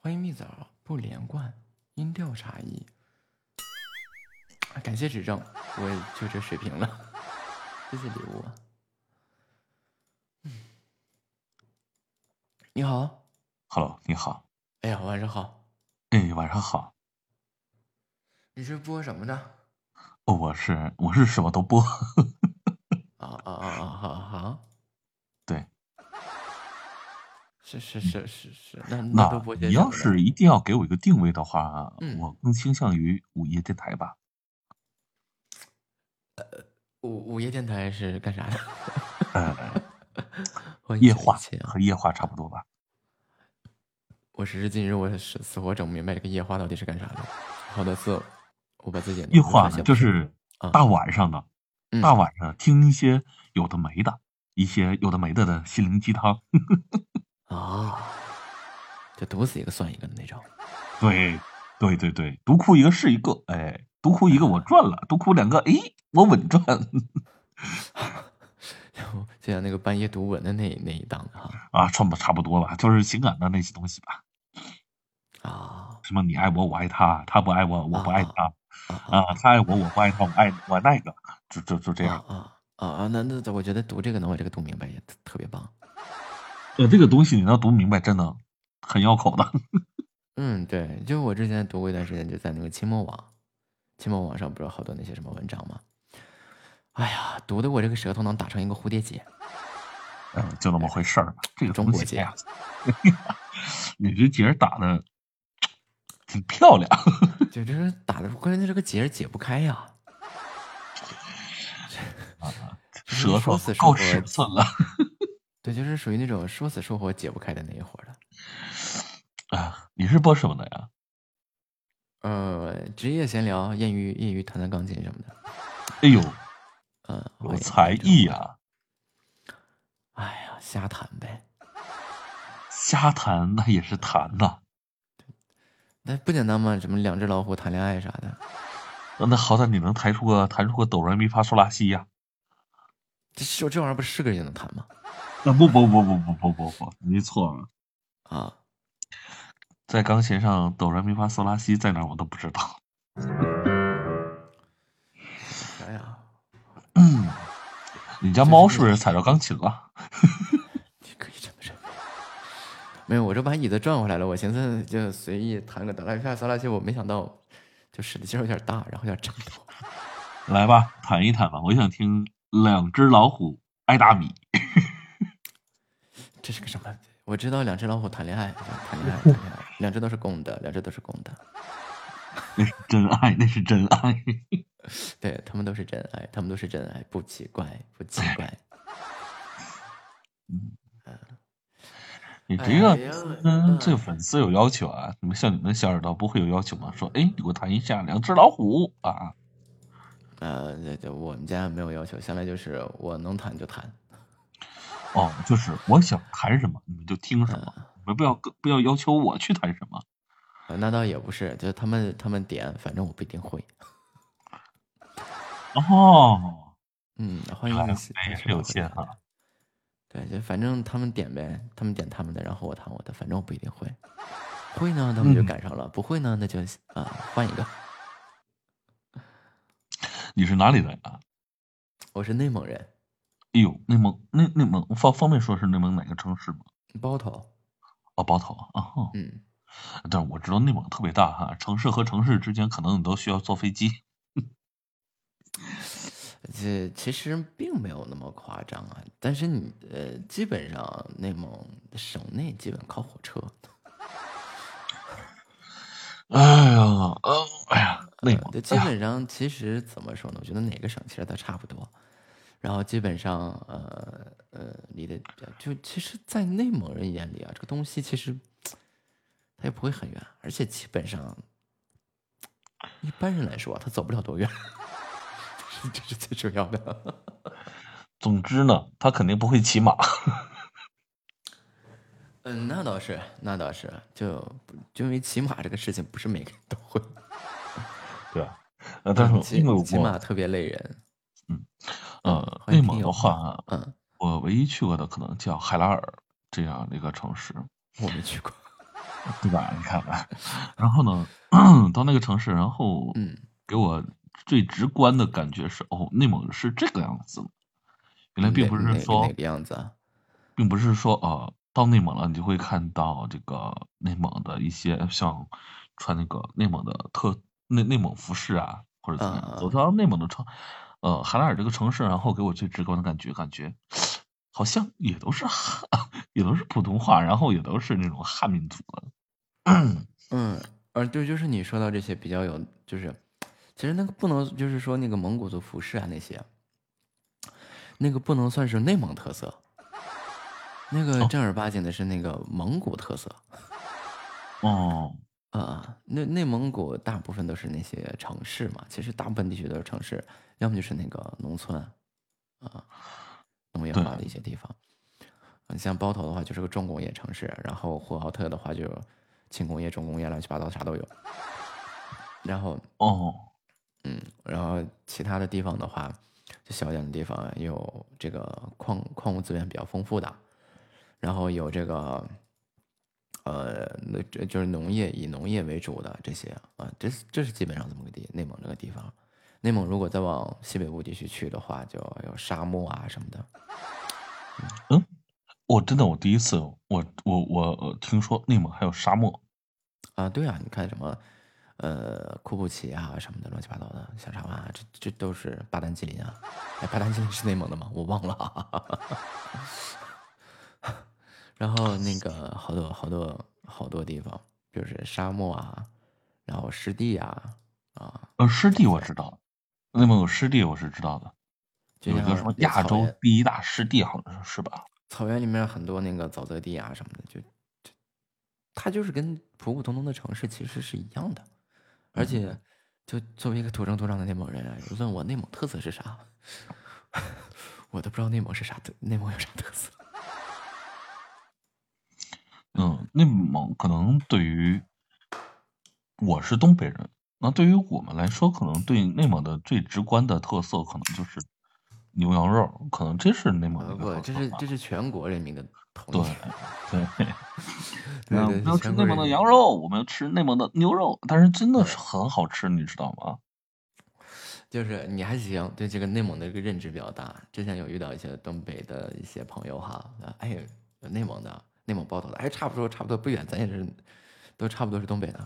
欢迎蜜枣不连贯，音调差异。感谢指正，我就这水平了，谢谢礼物。嗯，你好 ，Hello， 你好。 哎呀，晚上好。 哎，晚上好。 你是播什么的？ 哦，我是我是什么都播。 啊啊啊啊！好好。 对。 是是是是是，那那都播些你要什么呢？ 是一定要给我一个定位的话， 嗯我更倾向于午夜电台吧。 呃，午午夜电台是干啥的？ 呃， 欢迎夜话九一七啊和夜话差不多吧。 我时至今日，我是死活整不明白这个夜话到底是干啥的。好多次我把自己夜话呢，就是大晚上的， 嗯大晚上听一些有的没的，一些有的没的的心灵鸡汤。 啊，就毒死一个算一个的那种。 对对对对，独哭一个是一个，哎，独哭一个我赚了，独哭两个，哎，我稳赚。 就像那个半夜读文的那那一档的哈。 啊，差不差不多吧，就是情感的那些东西吧。 啊， 什么你爱我，我爱他，他不爱我，我不爱他， 啊， 啊，他爱我，我不爱他，我爱我那个，就就就这样。 啊啊啊！那那我觉得读这个能把这个读明白也特别棒。 呃，这个东西你要读明白，真的很要口的。 嗯，对，就我之前读过一段时间，就在那个清末网，清末网上不是有好多那些什么文章吗？哎呀，读的我这个舌头能打成一个蝴蝶结。 嗯，就那么回事儿吧。这个中国结呀，你这结打的挺漂亮。 就这是打的，关键这个结解不开呀。 啊，舌头说死够说尺寸了。 对，就是属于那种说死说活解不开的那一伙的。 啊，你是播什么的呀？ 呃，职业闲聊、业余业余弹弹钢琴什么的。 哎呦， 嗯， 有才艺呀！ 哎呀，瞎弹呗。 瞎弹那也是弹呐。 那不简单吗？什么两只老虎谈恋爱啥的。 那好歹你能弹出个弹出个哆来咪发嗦拉西呀。 这是这玩意儿不是是个人就能弹吗？ 啊不不不不不不不不，你错了啊！ 在钢琴上哆来咪发嗦拉西在哪儿我都不知道。 啥呀？ 嗯，你家猫是不是踩着钢琴了？ 你可以这么认为。没有，我这把椅子转回来了，我寻思就随意弹个哆来咪发嗦拉西，我没想到就使的劲有点大，然后有点颤抖。 来吧，弹一弹吧，我想听两只老虎爱大米。 这是个什么？我知道两只老虎谈恋爱，谈恋爱，谈恋爱，两只都是公的，两只都是公的。 那是真爱，那是真爱。 对，他们都是真爱，他们都是真爱，不奇怪，不奇怪。 嗯，你这个， 哎嗯，这个粉丝有要求啊，你们像你们小耳朵不会有要求吗？说，哎，你给我弹一下两只老虎啊。 呃，这这我们家没有要求，向来就是我能弹就弹。 哦，就是我想弹什么你们就听什么，你们不要不要要求我去弹什么。 呃，那倒也不是，就是他们他们点，反正我不一定会。 哦， 嗯，欢迎你， 也是有限哈。 对，就反正他们点呗，他们点他们的，然后我弹我的，反正我不一定会。会呢，他们就赶上了； 嗯、 不会呢，那就啊换一个。 你是哪里人啊？ 我是内蒙人。 哎呦，内蒙内内蒙方方便说是内蒙哪个城市吗？ 包头。 哦，包头啊。哦、 嗯。 但是我知道内蒙特别大哈，城市和城市之间可能你都需要坐飞机。 这其实并没有那么夸张啊，但是你呃，基本上内蒙省内基本靠火车。 哎呀，呃，哎呀，内蒙、 呃、基本上其实怎么说呢？我觉得哪个省其实都差不多。然后基本上呃呃离得就其实，在内蒙人眼里啊，这个东西其实它也不会很远，而且基本上一般人来说，他走不了多远。这是最主要的。 总之呢，他肯定不会骑马。 嗯，那倒是，那倒是，就就因为骑马这个事情，不是每个人都会。 对啊，呃，但是因为我骑马特别累人。 嗯，呃，内蒙的话，嗯，我唯一去过的可能叫海拉尔这样的一个城市。 我没去过。 对吧？你看吧，然后呢，到那个城市，然后嗯， 给我最直观的感觉是，哦，内蒙是这个样子。原来并哪不是哪个哪说， 个样子啊？ 并不是说，呃，到内蒙了，你就会看到这个内蒙的一些像穿那个内蒙的特内内蒙服饰啊，或者怎么样。走啊到内蒙的城，呃，海拉尔这个城市，然后给我最直观的感觉，感觉好像也都是汉，也都是普通话，然后也都是那种汉民族的。 嗯，呃，对，就是你说到这些比较有，就是其实那个不能，就是说那个蒙古族服饰啊那些，那个不能算是内蒙特色，那个哦正儿八经的是那个蒙古特色。 哦， 啊，内内蒙古大部分都是那些城市嘛，其实大部分地区都是城市，要么就是那个农村，啊，农业对， 化的一些地方。你像包头的话，就是个重工业城市，然后呼和浩特的话就轻工业、重工业，乱七八糟啥都有。然后， 哦， 嗯，然后其他的地方的话，就小点的地方有这个矿矿物资源比较丰富的，然后有这个，呃，那这就是农业以农业为主的这些啊，这是这是基本上这么个地，内蒙这个地方。内蒙如果再往西北部地区去的话，就有沙漠啊什么的。 嗯，我真的我第一次，我我我呃听说内蒙还有沙漠。 啊，对啊，你看什么，呃，库布齐啊什么的，乱七八糟的小沙湾啊，这这都是巴丹吉林啊。哎，巴丹吉林是内蒙的吗？我忘了。然后那个好多好多好多地方，就是沙漠啊，然后湿地啊，啊， 呃，湿地这些我知道，内蒙有湿地我是知道的，有一个什就像么亚洲有草原， 第一大湿地，好像是是吧？ 草原里面很多那个沼泽地啊什么的，就就它就是跟普普通通的城市其实是一样的。而且，就作为一个土生土长的内蒙人啊，问我内蒙特色是啥，我都不知道内蒙是啥特，内蒙有啥特色。 嗯，内蒙可能对于我是东北人，那对于我们来说，可能对内蒙的最直观的特色，可能就是牛羊肉，可能这是内蒙的呃，不， 一个特色吧。 这是这是全国人民的统对一。 对， 对嗯，我对， 们是要吃内蒙的全国人民。 羊肉，我们要吃内蒙的牛肉，但是真的是嗯， 很好吃，你知道吗？ 就是你还行，对这个内蒙的这个认知比较大。之前有遇到一些东北的一些朋友哈，哎，内蒙的，内蒙包头的，哎，差不多差不多不远，咱也是，都差不多是东北的。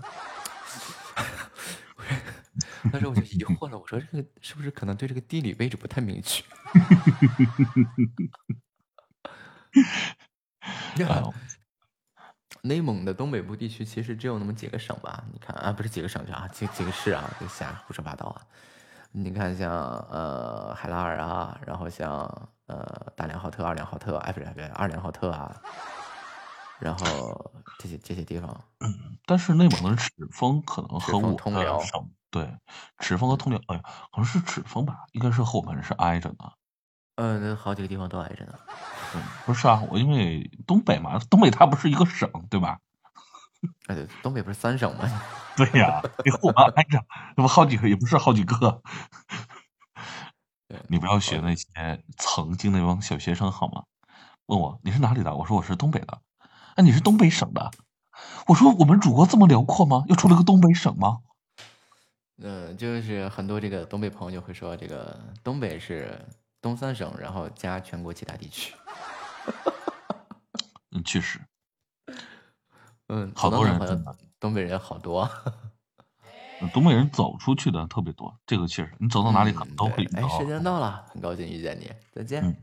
当时我就疑惑了，我说这个是不是可能对这个地理位置不太明确？ 哎呦， 内蒙的东北部地区其实只有那么几个省吧？你看啊，不是几个省去啊，几几个市啊，就瞎胡说八道啊。你看像呃海拉尔啊，然后像呃大连浩特、二连浩特，哎不是不是二连浩特啊，然后这些这些地方， 但是内蒙的赤峰可能赤峰、 和我通辽， 的省，对，赤峰和通辽，哎呀，好像是赤峰吧，应该是和我们是挨着的。 嗯、那好几个地方都挨着呢。 嗯，不是啊，我因为东北嘛，东北它不是一个省，对吧？ 哎对，东北不是三省吗？ 对呀，你和我们挨着，那不好几个，也不是好几个。 对， 你不要学好那些曾经那帮小学生好吗？问我你是哪里的？我说我是东北的。啊，你是东北省的？我说我们祖国这么辽阔吗？又出了个东北省吗？ 嗯，就是很多这个东北朋友就会说，这个东北是东三省，然后加全国其他地区。 嗯，确实， 嗯， 好走到哪好像多人真的， 东北人好多。 嗯东北人走出去的特别多，这个确实，你走到哪里可能嗯，对， 都会遇哎，时到东北。 间到了，很高兴遇见你，再见。 嗯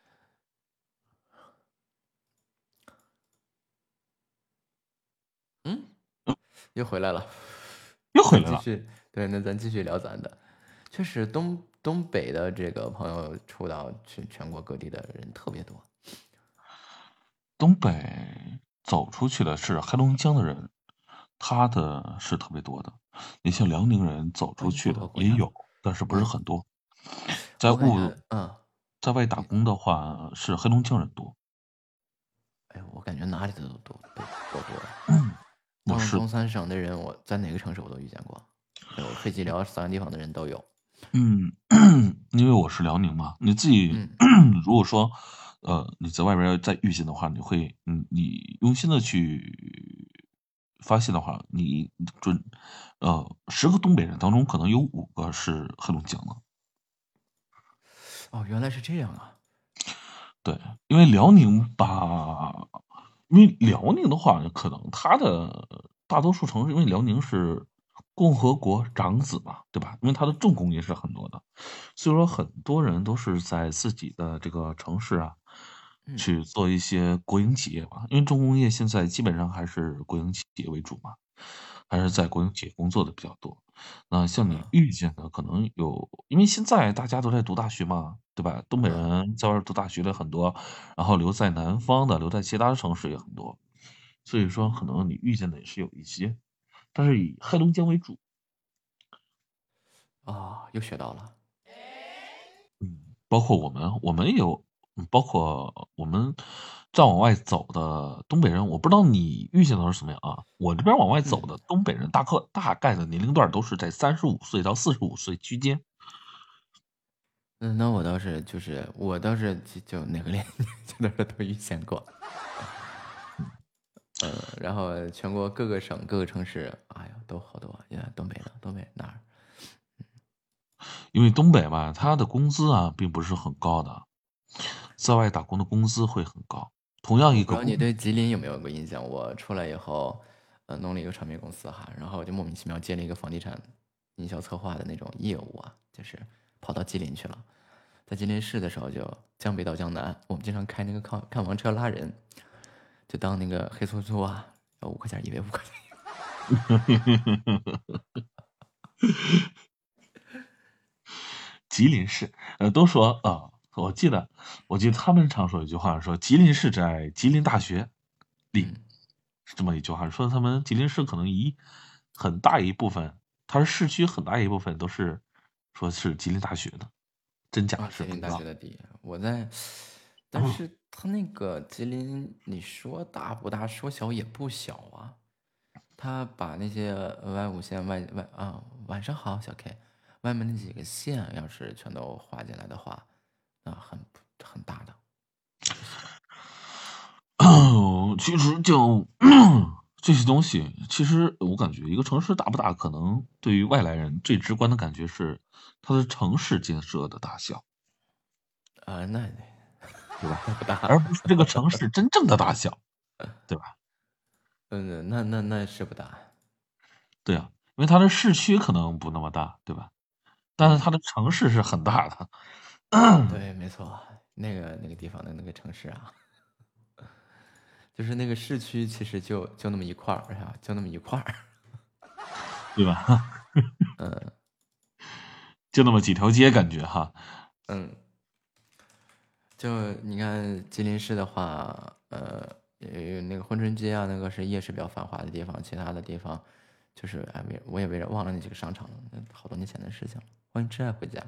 嗯，又回来了， 又回来了。 咱继续，对，那咱继续聊咱的。确实，东东北的这个朋友出到全全国各地的人特别多。 东北走出去的是黑龙江的人，他的是特别多的。你像辽宁人走哦，不出去和国家的。 的也有，但是不是嗯， 很多。在我感务觉，嗯， 在外打工的话，是黑龙江人多。 哎，我感觉哪里的都都都都多。 我是， 东东三省的人，我在哪个城市我都遇见过，有黑吉辽三个地方的人都有。 嗯，因为我是辽宁嘛，你自己嗯如果说，呃，你在外边儿再遇见的话，你会，嗯，你用心的去发现的话，你准呃十个东北人当中，可能有五个是黑龙江的。 哦，原来是这样啊。 对，因为辽宁吧，因为辽宁的话，可能它的大多数城市，因为辽宁是共和国长子嘛，对吧？因为它的重工业是很多的，所以说很多人都是在自己的这个城市啊，去做一些国营企业嘛。因为重工业现在基本上还是国营企业为主嘛，还是在国营企业工作的比较多。那像你遇见的可能有，因为现在大家都在读大学嘛，对吧？东北人在外读大学的很多，然后留在南方的，留在其他城市也很多，所以说可能你遇见的也是有一些，但是以黑龙江为主。 啊，又学到了。 嗯，包括我们，我们也有，包括我们再往外走的东北人，我不知道你遇见的是什么样啊？我这边往外走的东北人，大概大概的年龄段都是在三十五岁到四十五岁区间。 嗯，那我倒是就是我倒是就就哪个年龄段都遇见过。嗯，然后全国各个省各个城市，哎呀，都好多呀，东北的东北哪儿？ 因为东北吧，它的工资啊并不是很高的，在外打工的工资会很高。同样一个， 不知道你对吉林有没有个印象？我出来以后，呃，弄了一个传媒公司哈，然后就莫名其妙接了一个房地产营销策划的那种业务啊，就是跑到吉林去了。在吉林市的时候，就江北到江南，我们经常开那个看看房车拉人，就当那个黑出租啊，要五块钱一位，五块钱。 吉林市，呃，都说啊、呃，我记得，我记得他们常说一句话，说吉林市在吉林大学里，是这么一句话，说他们吉林市可能一很大一部分，它是市区很大一部分都是说是吉林大学的，真假啊， 是不知道吉林大学。的底，我在，但是他那个吉林，你说大不大，说小也不小啊。他把那些外五线外外啊，晚上好，小 K，外面那几个县要是全都划进来的话，那很很大的。 其实就这些东西，其实我感觉一个城市大不大，可能对于外来人最直观的感觉是它的城市建设的大小。 啊，那对吧？ 不大， 而不是这个城市真正的大小，对吧？ 嗯，那那那是不大。 对啊，因为它的市区可能不那么大，对吧？但是它的城市是很大的。 对，没错，那个那个地方的那个城市啊，就是那个市区，其实就就那么一块儿，是吧？就那么一块儿， 对吧？ 嗯， 就那么几条街，感觉哈。 嗯。就你看吉林市的话，呃，有那个珲春街啊，那个是夜市比较繁华的地方，其他的地方就是哎，我也为了忘了那几个商场了，好多年前的事情了。欢迎挚爱回家。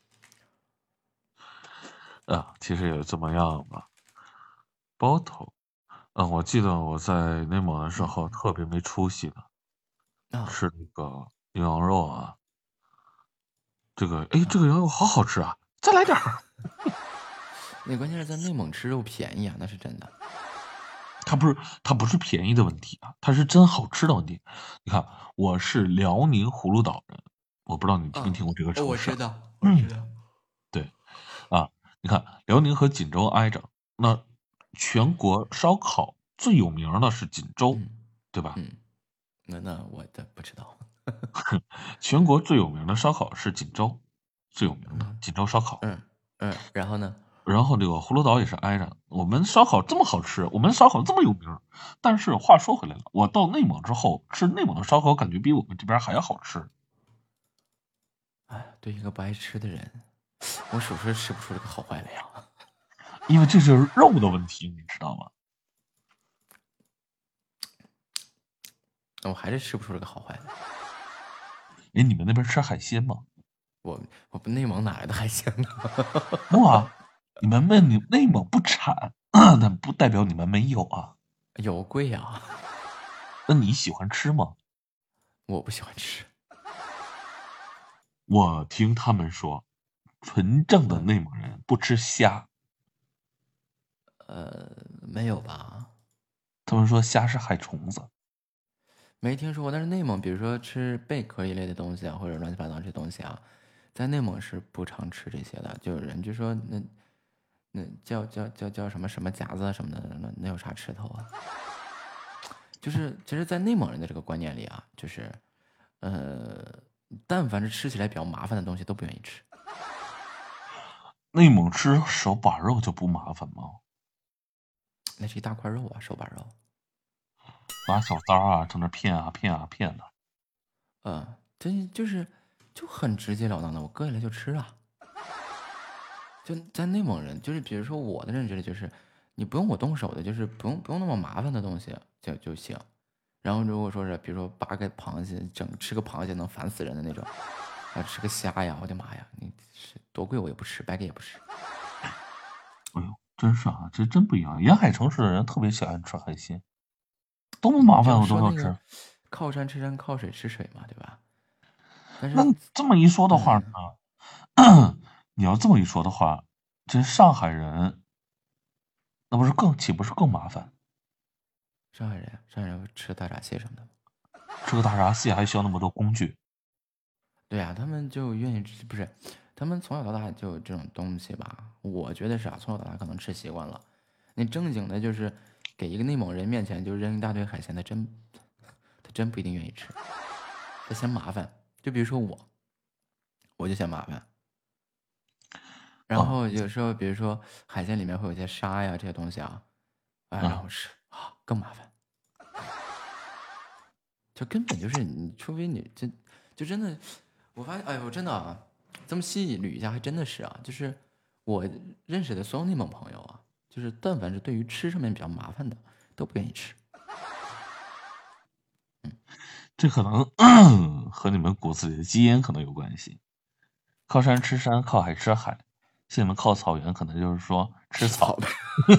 啊，其实也这么样吧。包头，嗯，我记得我在内蒙的时候特别没出息的， 啊， 吃那个牛羊肉啊。这个，哎，这个羊肉好好吃啊！再来点儿。 那关键是在内蒙吃肉便宜啊，那是真的。 它不是它不是便宜的问题啊，它是真好吃的问题。你看，我是辽宁葫芦岛人，我不知道你听没听过这个哦， 城市？ 我知道，我知道。 对，啊，你看辽宁和锦州挨着，那全国烧烤最有名的是锦州，对吧？ 嗯，那那我的不知道。 全国最有名的烧烤是锦州，最有名的锦州烧烤。 嗯嗯，然后呢？ 然后这个葫芦岛也是挨着。我们烧烤这么好吃，我们烧烤这么有名，但是话说回来了，我到内蒙之后吃内蒙的烧烤，感觉比我们这边还要好吃。 哎，对一个不爱吃的人，我属实吃不出这个好坏来呀。 因为这是肉的问题，你知道吗？ 我还是吃不出这个好坏来。 哎，你们那边吃海鲜吗？ 我我不内蒙哪来的海鲜呢？ 哇，你们内你内蒙不产，但不代表你们没有啊。 有贵呀。 那你喜欢吃吗？ 我不喜欢吃。 我听他们说，纯正的内蒙人不吃虾。 呃，没有吧？ 他们说虾是海虫子。 没听说过，但是内蒙，比如说吃贝壳一类的东西啊，或者乱七八糟这东西啊，在内蒙是不常吃这些的。就有人就说那那叫叫叫叫什么什么夹子什么的，那那有啥吃头啊？就是其实，在内蒙人的这个观念里啊，就是呃，但凡是吃起来比较麻烦的东西都不愿意吃。 内蒙吃手把肉就不麻烦吗？ 那是一大块肉啊，手把肉。 拿小刀啊，在那片啊片啊片的。 嗯，这就是就很直截了当的，我割下来就吃啊。就在内蒙人，就是比如说我的认知里，就是你不用我动手的，就是不用不用那么麻烦的东西就就行。然后如果说是比如说扒个螃蟹，整吃个螃蟹能烦死人的那种，啊吃个虾呀，我的妈呀，你是多贵我也不吃，白给也不吃。 哎呦，真是啊，这真不一样。沿海城市的人特别喜欢吃海鲜，多么麻烦我都要吃。 那个、靠山吃山，靠水吃水嘛，对吧？但是那这么一说的话呢， 嗯、 你要这么一说的话，这上海人，那不是更岂不是更麻烦？ 上海人，上海人吃大闸蟹什么的， 吃个大闸蟹还需要那么多工具。 对呀、啊，他们就愿意吃，不是？他们从小到大就有这种东西吧？我觉得是啊，从小到大可能吃习惯了。那正经的，就是给一个内蒙人面前就扔一大堆海鲜，他真他真不一定愿意吃，他嫌麻烦。就比如说我，我就嫌麻烦。然后有时候，比如说海鲜里面会有一些沙呀这些东西啊，啊，让我吃啊更麻烦。就根本就是你，除非你这就真的，我发现，哎呦，真的啊，这么细捋一下，还真的是啊，就是我认识的所有内蒙朋友啊，就是但凡是对于吃上面比较麻烦的，都不愿意吃。 嗯，这可能和你们骨子里的基因可能有关系。靠山吃山，靠海吃海，像你们靠草原，可能就是说吃草呗。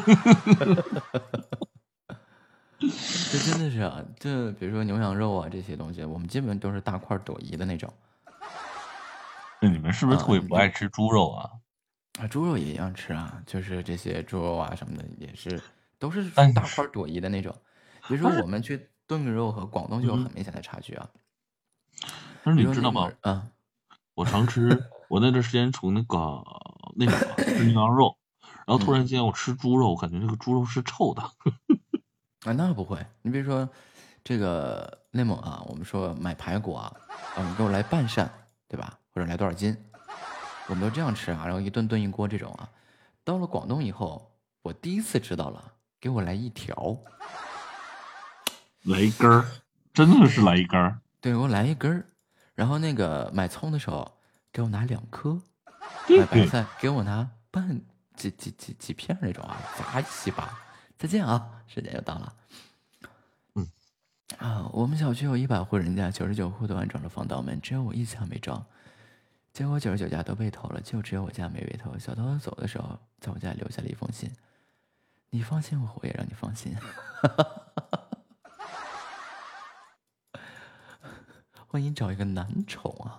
这真的是啊，这比如说牛羊肉啊这些东西，我们基本都是大块朵颐的那种。 那你们是不是特别不爱吃猪肉啊？ 啊，猪肉也一样吃啊，就是这些猪肉啊什么的，也是都是大块朵颐的那种。比如说我们去炖个肉和广东就有很明显的差距啊。 但是你知道吗？ 嗯， 我常吃，我那段时间从那个那个吃牛羊肉，然后突然间我吃猪肉，我感觉这个猪肉是臭的。 啊，那不会。你比如说这个内蒙啊，我们说买排骨啊，嗯，给我来半扇，对吧？或者来多少斤？我们都这样吃啊，然后一顿炖一锅这种啊。到了广东以后，我第一次知道了，给我来一条， 来一根儿，真的是来一根儿。 对，给我来一根儿。然后那个买葱的时候，给我拿两颗；买白菜给我拿半几几几几片那种啊，杂七八。再见啊，时间又到了。 嗯啊，我们小区有一百户人家，九十九户都安装了防盗门，只有我一家没装。结果九十九家都被偷了，就只有我家没被偷。小偷走的时候，在我家留下了一封信。你放心，我我也让你放心。欢迎找一个男宠啊！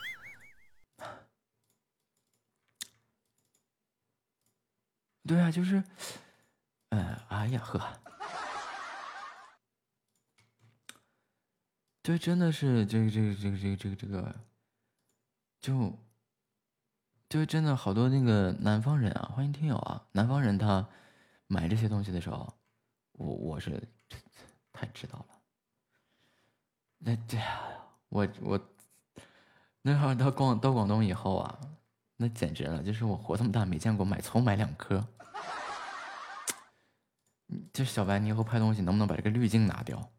对啊，就是，呃，哎呀呵，对，真的是这个这个这个这个这个这个，就，就真的好多那个南方人啊，欢迎听友啊，南方人他买这些东西的时候，我我是太知道了。那这我我那会儿到广到广东以后啊，那简直了，就是我活这么大没见过买葱买两颗。就小白，你以后拍东西能不能把这个滤镜拿掉？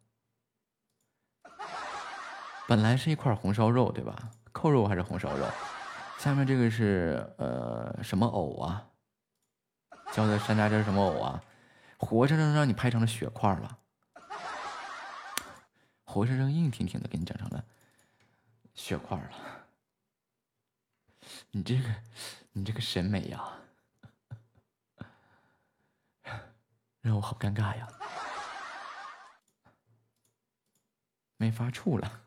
本来是一块红烧肉，对吧？扣肉还是红烧肉？下面这个是呃什么藕啊？浇的山楂汁什么藕啊？活生生让你拍成了血块了，活生生硬挺挺的给你整成了血块了。你这个，你这个审美呀，让我好尴尬呀，没法处了。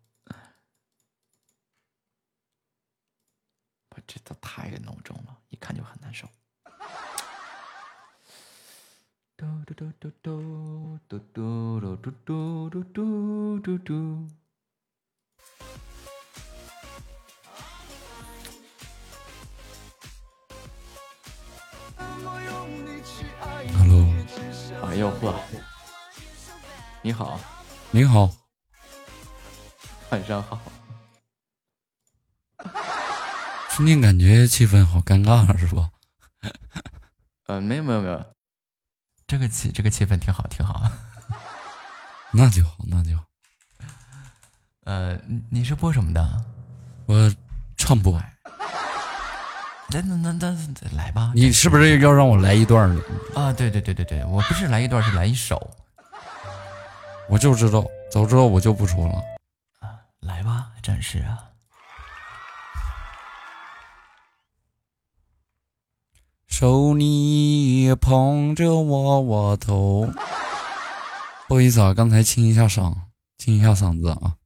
这都太浓重了，一看就很难受。嘟嘟嘟嘟嘟嘟嘟嘟嘟嘟嘟嘟嘟嘟。 Hello， 哎呦呵，你好， 你好， 晚上好。 今天感觉气氛好尴尬，是吧？ 呃，没有没有没有，这个气这个气氛挺好挺好。 那就好，那就好。 呃，你是播什么的？ 我唱播。 那那那那来吧。 你是不是要让我来一段啊？对对对对对，我不是来一段，是来一首。 我就知道，早知道我就不说了。 啊，来吧，战士啊！ 手你捧着我我头，不好意思啊，刚才清一下嗓，清一下嗓子啊。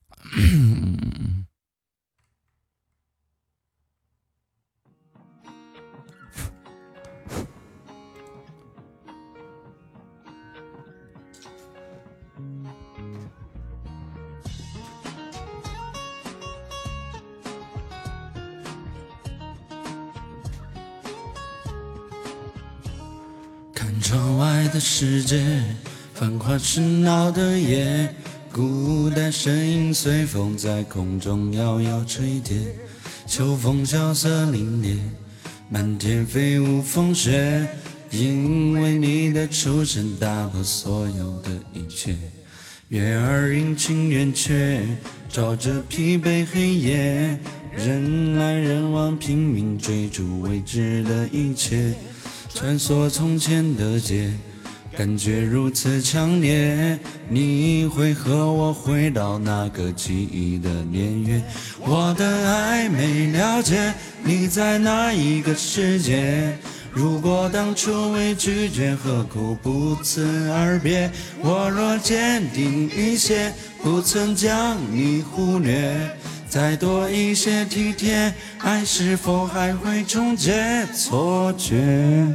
看窗外的世界，繁华喧闹的夜，孤单身影随风在空中摇摇垂跌，秋风萧瑟凛冽，满天飞舞风雪，因为你的出现打破所有的一切，月儿阴晴圆缺，照着疲惫黑夜，人来人往拼命追逐未知的一切，穿梭从前的街，感觉如此强烈，你会和我回到那个记忆的年月，我的爱没了解，你在哪一个世界，如果当初未拒绝，何苦不辞而别，我若坚定一些，不曾将你忽略，再多一些体贴，爱是否还会终结错觉。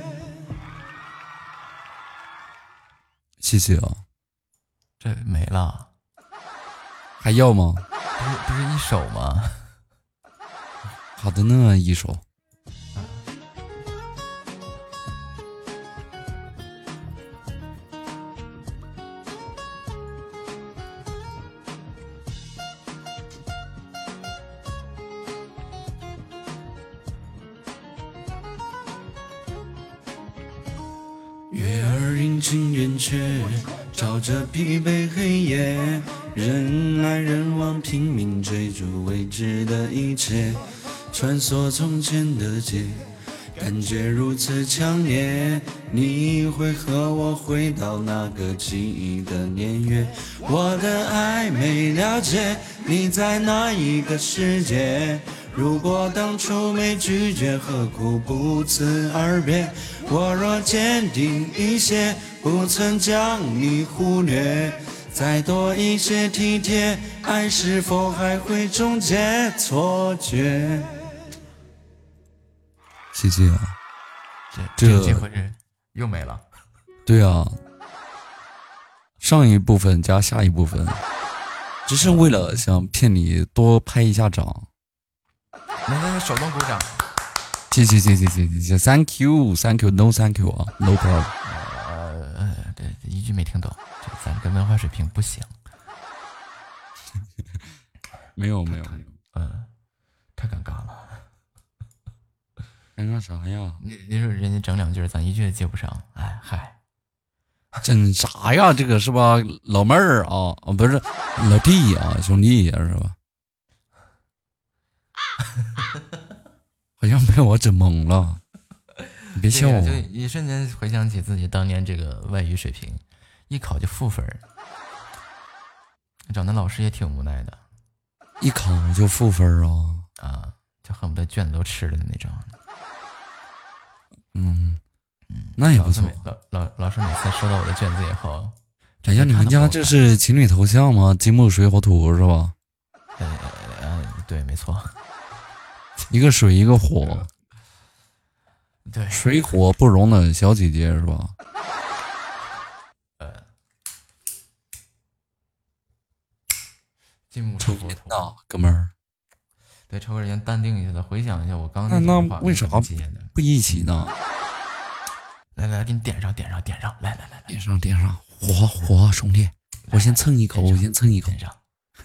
谢谢啊， 这没了， 还要吗？ 不是不是一首吗？ 好的呢，一首。月儿阴晴圆缺，照着疲惫黑夜，人来人往拼命追逐未知的一切，穿梭从前的街，感觉如此强烈，你会和我回到那个记忆的年月，我的爱没了解，你在哪一个世界，如果当初没拒绝，何苦不辞而别，我若坚定一些，不曾将你忽略，再多一些体贴，爱是否还会终结错觉。谢谢啊， 这这这回是又没了。 对啊，上一部分加下一部分，只是为了想骗你多拍一下掌。 来来来，手动鼓掌。 谢谢谢谢谢谢谢 ，Thank you Thank you No Thank you 啊 ，No problem。 呃，对，一句没听懂，这咱这文化水平不行。 没有没有没有， 嗯，太尴尬了。 尴尬啥呀？ 你你说人家整两句，咱一句也接不上，哎嗨， 整啥呀？这个是吧？老妹儿啊，啊不是老弟啊，兄弟啊，是吧？好像被我整懵了，你别笑我。 就一瞬间回想起自己当年这个外语水平，一考就负分，找那老师也挺无奈的。 一考就负分啊？ 啊，就恨不得卷子都吃了的那种。 嗯，那也不错。 老老老师每次收到我的卷子以后， 哎呀，你们家这是情侣头像吗？金木水火土是吧？ 呃呃，对，没错。 一个水，一个火， 对， 水火不容的小姐姐是吧？ 金木抽水火土呢，哥们儿。 对，抽根烟，淡定一下，再回想一下我刚那那那为啥不一起呢？ 来来，给你点上，点上，点上，来来来， 点上，点上，火火，兄弟，我先蹭一口，我先蹭一口。 点上。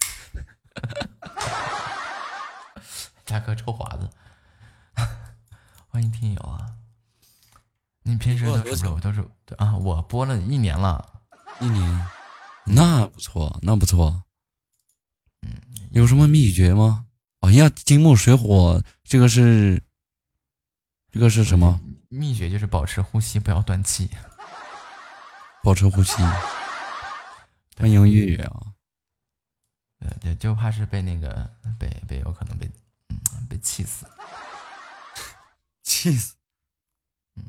大哥抽华子，欢迎听友啊！你平时都是不是都是啊？我播了一年了， 一年，那不错，那不错。嗯，有什么秘诀吗？哎呀，金木水火，这个是，这个是什么？ 秘诀就是保持呼吸，不要断气。 保持呼吸。欢迎月月啊！ 呃，就就怕是被那个被被有可能被嗯被气死， 气死。 嗯，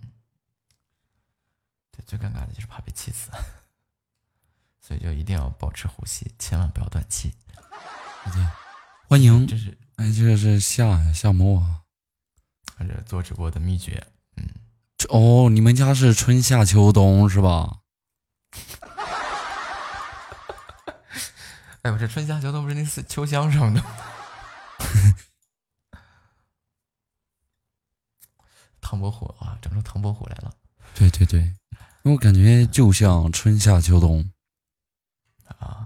对，最尴尬的就是怕被气死，所以就一定要保持呼吸，千万不要断气。 对，欢迎， 这是哎，这个是夏夏末啊， 这是做直播的秘诀。嗯， 哦，你们家是春夏秋冬是吧？ 哎，我这春夏秋冬不是那是秋香什么的。唐伯虎啊，整出唐伯虎来了。 对对对，因为我感觉就像春夏秋冬啊。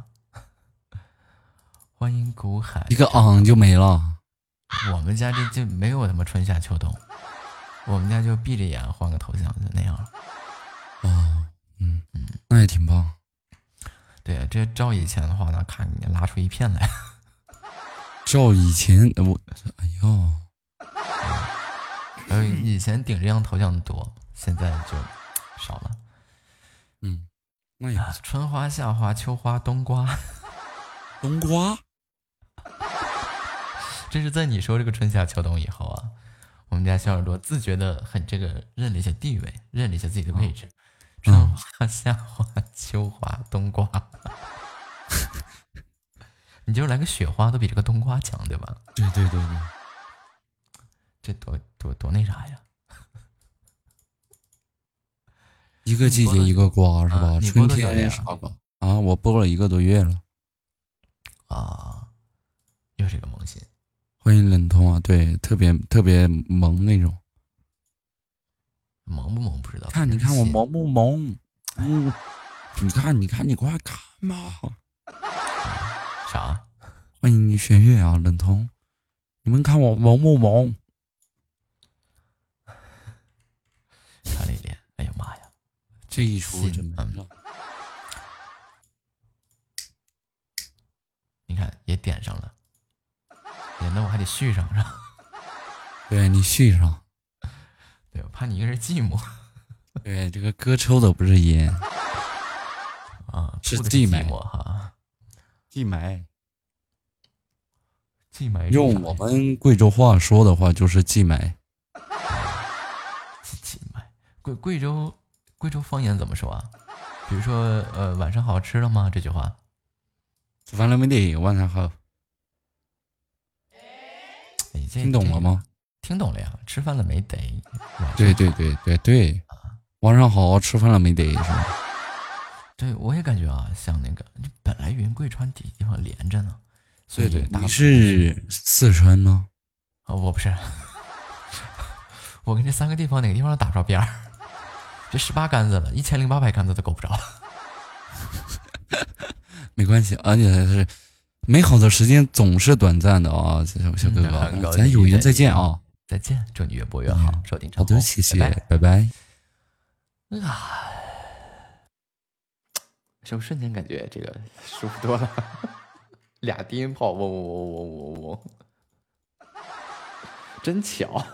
欢迎古海， 一个昂就没了。 我们家这就没有他妈春夏秋冬，我们家就闭着眼换个头像就那样。 哦，嗯嗯，那也挺棒。 对，这照以前的话呢，看你拉出一片来。 照以前我，哎呦， 呃，以前顶这样头像的多，现在就少了。 嗯，那也、啊、 春花、夏花、秋花、冬瓜， 冬瓜。 这是在你说这个春夏秋冬以后啊，我们家小耳朵自觉的很这个认了一下地位，认了一下自己的位置。 嗯、 春花、夏花、秋花、冬瓜。你就来个雪花都比这个冬瓜强，对吧？ 对对对对， 这多多多那啥呀！ 一个季节一个瓜是吧？啊、春天啥瓜啊？我播了一个多月了。 啊，又是一个萌新。 欢迎冷通啊，对，特别特别萌那种。 萌不萌不知道。 看，你看我萌不萌？嗯，你看，你看，你快看嘛！ 啥？ 欢迎你玄月啊，冷通，你们看我萌不萌？ 看了一脸，哎呀妈呀， 这一出真没了。 你看也点上了，哎，那我还得续上是吧？ 对你续上， 对，我怕你一个人寂寞。 对，这个哥抽的不是烟啊， 是寂寞哈。 寂埋， 寂埋用我们贵州话说的话就是寂埋。 寂埋，贵贵州贵州方言怎么说啊？比如说，呃，晚上好吃了吗？这句话。 吃饭了没得？晚上好。 哎， 听懂了吗？ 听懂了呀，吃饭了没得？ 对对对对对，晚上好，吃饭了没得是吧？ 对，我也感觉啊，像那个，本来云贵川地地方连着呢，所以对对，你是四川吗？ 啊、哦，我不是，我跟这三个地方哪个地方打不着边儿？这十八杆子了，一千零八百杆子都够不着。 没关系，而且是美好的时间总是短暂的啊，小小哥哥， 嗯、 咱有缘再见啊！ 再见，祝你越播越好，嗯、收听长好的，谢谢，拜拜。 啊。是不是瞬间感觉这个舒服多了？俩低音炮，嗡嗡嗡嗡嗡嗡，真巧！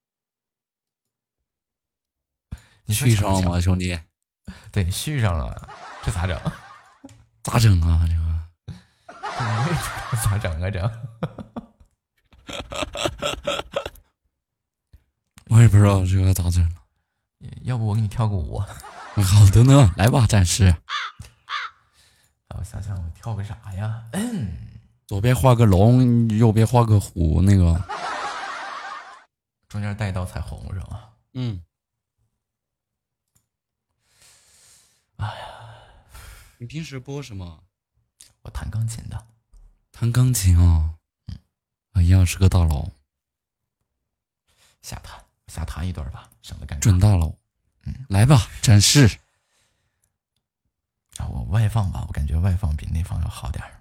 你续上了吗，兄弟？ 对，续上了，这咋整？ 咋整啊？这个我也不知道咋整啊？ 这我也不知道这个咋整了。 要不我给你跳个舞？ 好的呢，来吧，战士。 我想想，我跳个啥呀？嗯， 左边画个龙，右边画个虎，那个中间带一道彩虹是吧？ 嗯。 哎呀， 你平时播什么？ 我弹钢琴的。 弹弹钢琴啊，嗯，哎呀，是个大佬。 瞎弹，瞎弹一段吧，省得尴尬。 准大佬， 嗯， 来吧，展示。 啊，我外放吧，我感觉外放比内放要好点儿。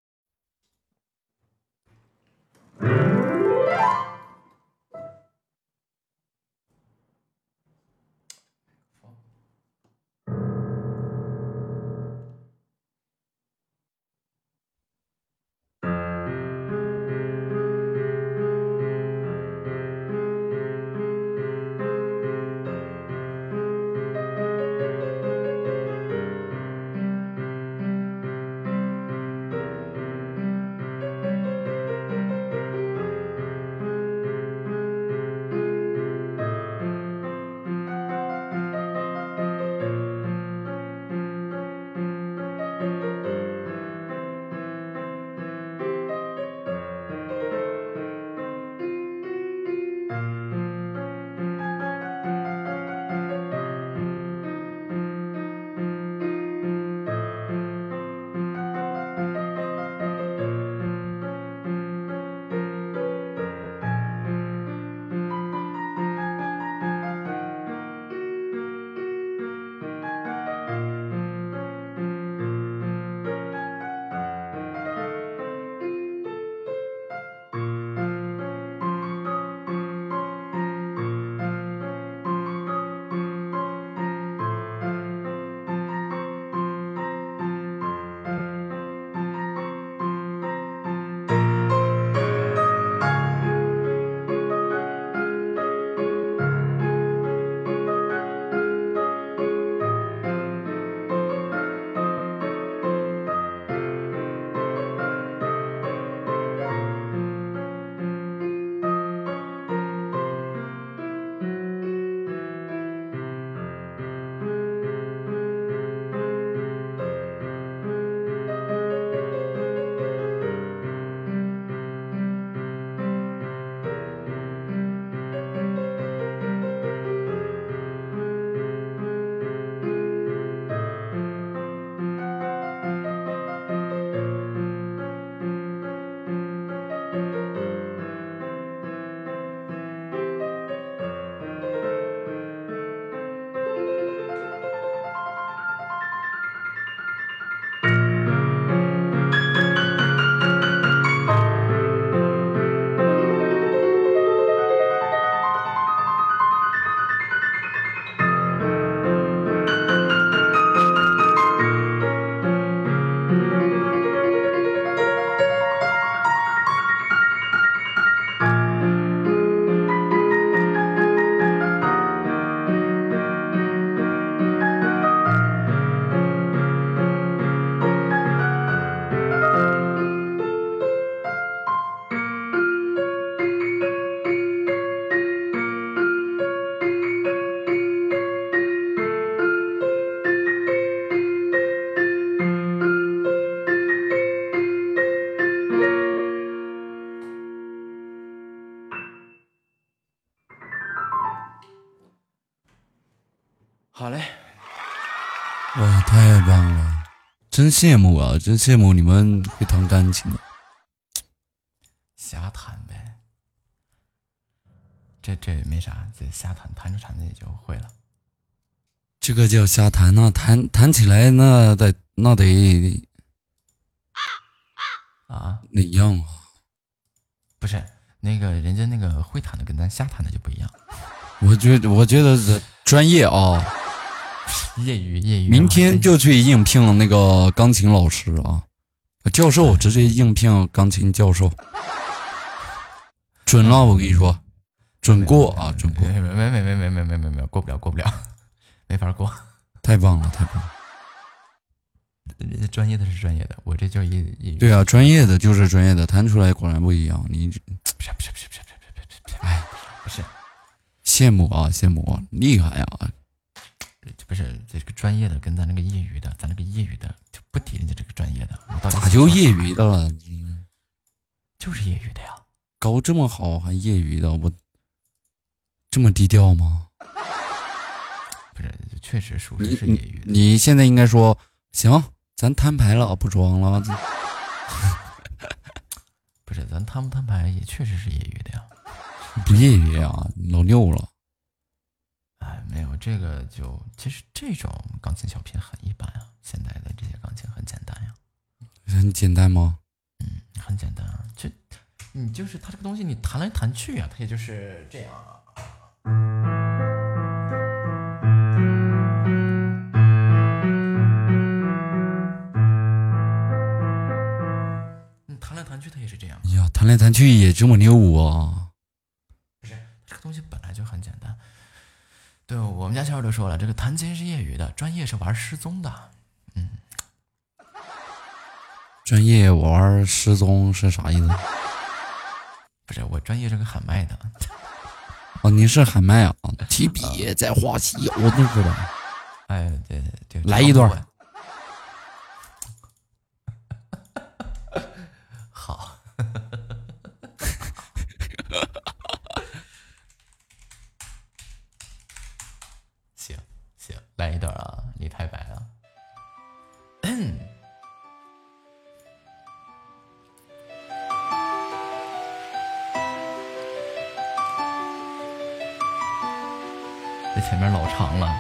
好嘞， 哇，太棒了，真羡慕啊，真羡慕你们会弹钢琴的。 瞎弹呗，这这没啥，这瞎弹弹着弹着也就会了。 这个叫瞎弹，那弹弹起来那得那得啊哪样啊？ 不是那个人家那个会弹的跟咱瞎弹的就不一样。 我觉得我觉得是专业啊， 业余业余。 明天就去应聘那个钢琴老师啊，教授直接应聘钢琴教授，准了，我跟你说，准过啊，准过。 没没没没没没没没没过不了过不了，没法过。 太棒了，太棒了。 人家专业的是专业的，我这就一一。 对啊，专业的就是专业的，弹出来果然不一样。你不是不是不是不是不是不是不是，哎，不是。 羡慕啊，羡慕啊，厉害啊！ 不是这个专业的跟咱那个业余的，咱那个业余的就不提人家这个专业的。 咋就业余的了？ 就是业余的呀。 搞这么好还业余的，我这么低调吗？ 不是，确实属实是业余的。 你, 你现在应该说行，咱摊牌了，不装了。 咱摊不摊牌也确实是业余的呀。 不业余啊，老六了。 哎，没有这个就其实这种钢琴小品很一般啊，现在的这些钢琴很简单呀。 很简单吗？ 嗯，很简单啊，这你就是它这个东西你弹来弹去啊，它也就是这样啊。你弹来弹去它也是这样。 呀，弹来弹去也这么溜啊？ 不是，这个东西本来就很简单。对我们家小伙都说了，这个弹琴是业余的，专业是玩失踪的。嗯， 专业玩失踪是啥意思？ 不是，我专业是个喊麦的。 哦，您是喊麦啊？提笔在画西游那个的。 哎，对对对， 来一段。 好。行行，来一段啊！你太白了。这前面老长了。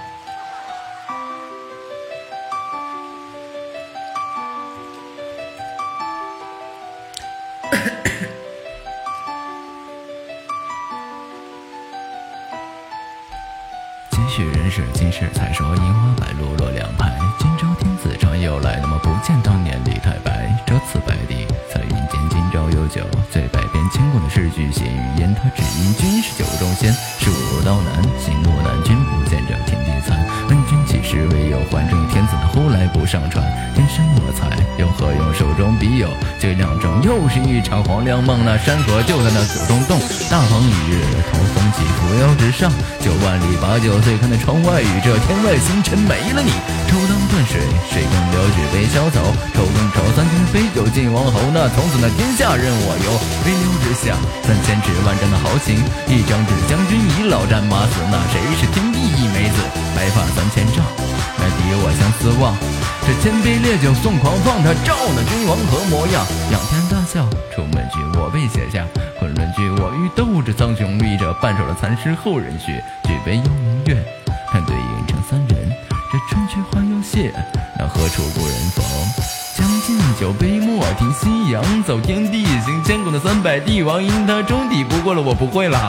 继续人世今世才说樱花白露落两排，今朝天子传又来，那么不见当年李太白。这次白帝彩云间今朝有酒，醉百遍清过的诗句闲语言，他只因君是酒中仙。蜀道难，行路难，君不见这天地残。问君几时为有还？正天子呼来不上船。天生我材又何用？手中笔友这两中，又是一场黄粱梦。那山河就在那酒中动，大鹏一日头风起，扶摇直上。九万里把酒醉，看那窗外雨，这天外星辰没了你。抽灯断水，水更流，举杯消愁。抽更愁，三千杯酒敬王侯。那从此那天下任我游。飞流直下，三千尺万丈的豪情。一张纸将军已老，战马死。那谁是天地一枚子？白发三千丈，那敌我相思望。这千杯烈酒送狂放，他照那君王何模样？仰天大笑，出门句我被写下，混论句我欲斗志苍穹。立着半首的残诗后人学，举杯邀明月，看对影成三人。这春去花又谢，那何处故人逢？将进酒，杯莫停，夕阳走，天地行，千古的三百帝王，因他中抵不过了，我不会了。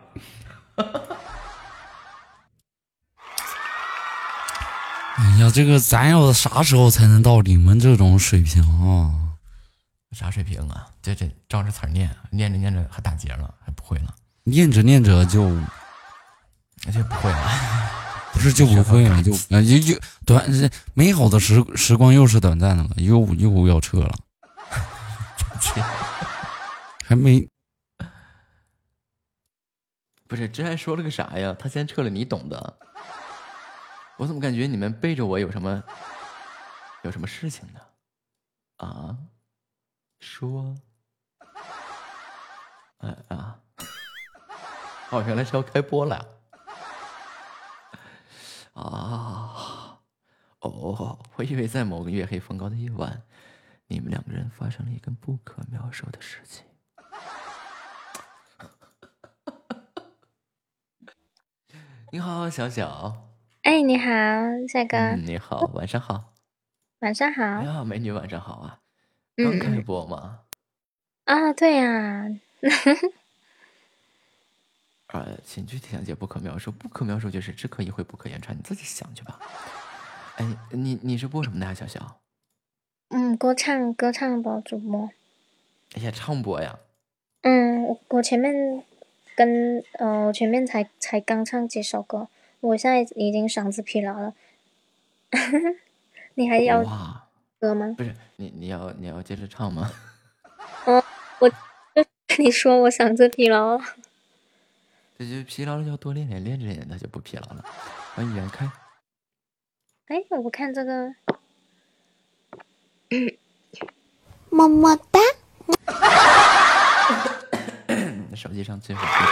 哎呀，这个咱要啥时候才能到你们这种水平啊？ 啥水平啊？这这照着词念，念着念着还打结了，还不会了。 念着念着就， 就不会了。 不是就不会了，就呃就就短美好的时时光又是短暂的了，又又要撤了。还没， 不是，这还说了个啥呀？他先撤了，你懂的。我怎么感觉你们背着我有什么有什么事情呢？啊？说？哎啊！哦，原来是要开播了。啊！哦，我以为在某个月黑风高的夜晚，你们两个人发生了一件不可描述的事情。你好，小小。 哎，你好，帅哥。 嗯，你好，晚上好。 晚上好。 哎呀，美女，晚上好啊！刚开播吗？ 啊，对呀。 啊，请具体讲解不可描述，不可描述就是只可意会不可言传，你自己想去吧。哎，你你是播什么的呀，小小？ 嗯，歌唱歌唱的主播。 哎呀，唱播呀。 嗯，我我前面跟呃，我前面才才刚唱几首歌，我现在已经嗓子疲劳了。你还要歌吗？ 不是，你你要你要接着唱吗？ 哦，我就跟你说我嗓子疲劳了。 这就疲劳了，要多练练，练着练，它就不疲劳了。欢迎袁开。 哎，我看这个， 么么哒。 手机上最好别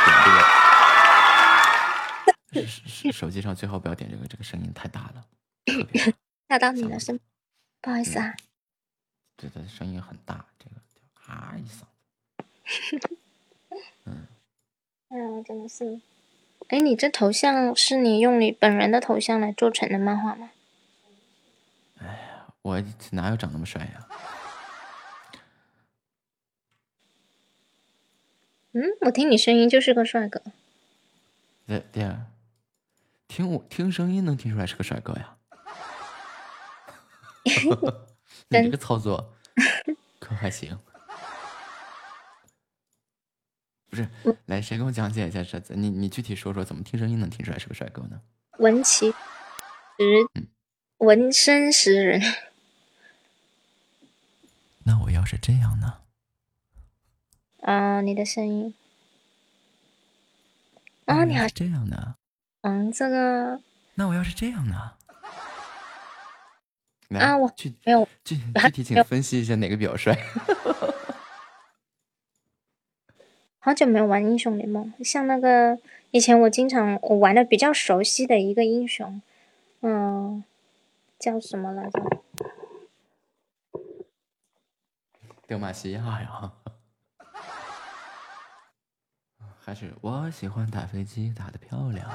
点这个，手机上最好不要点这个，这个声音太大了，特别吓到你了是吗？不好意思啊。 对的，声音很大，这个啊一嗓子。 嗯， 嗯，真的是。哎，你这头像是你用你本人的头像来做成的漫画吗？ 哎呀，我哪有长那么帅呀？ 嗯，我听你声音就是个帅哥。 对对啊，听我听声音能听出来是个帅哥呀。你这个操作可还行？不是，来，谁给我讲解一下这？你你具体说说，怎么听声音能听出来是个帅哥呢？ 文其实，纹身识人。 那我要是这样呢？ 啊，你的声音。啊，你还这样呢？ 嗯，这个。 那我要是这样呢？ 啊，我具没有具具体请分析一下哪个比较帅。 好久没有玩英雄联盟，像那个以前我经常我玩的比较熟悉的一个英雄，嗯，叫什么来着？ 德玛西亚呀，还是我喜欢打飞机，打得漂亮。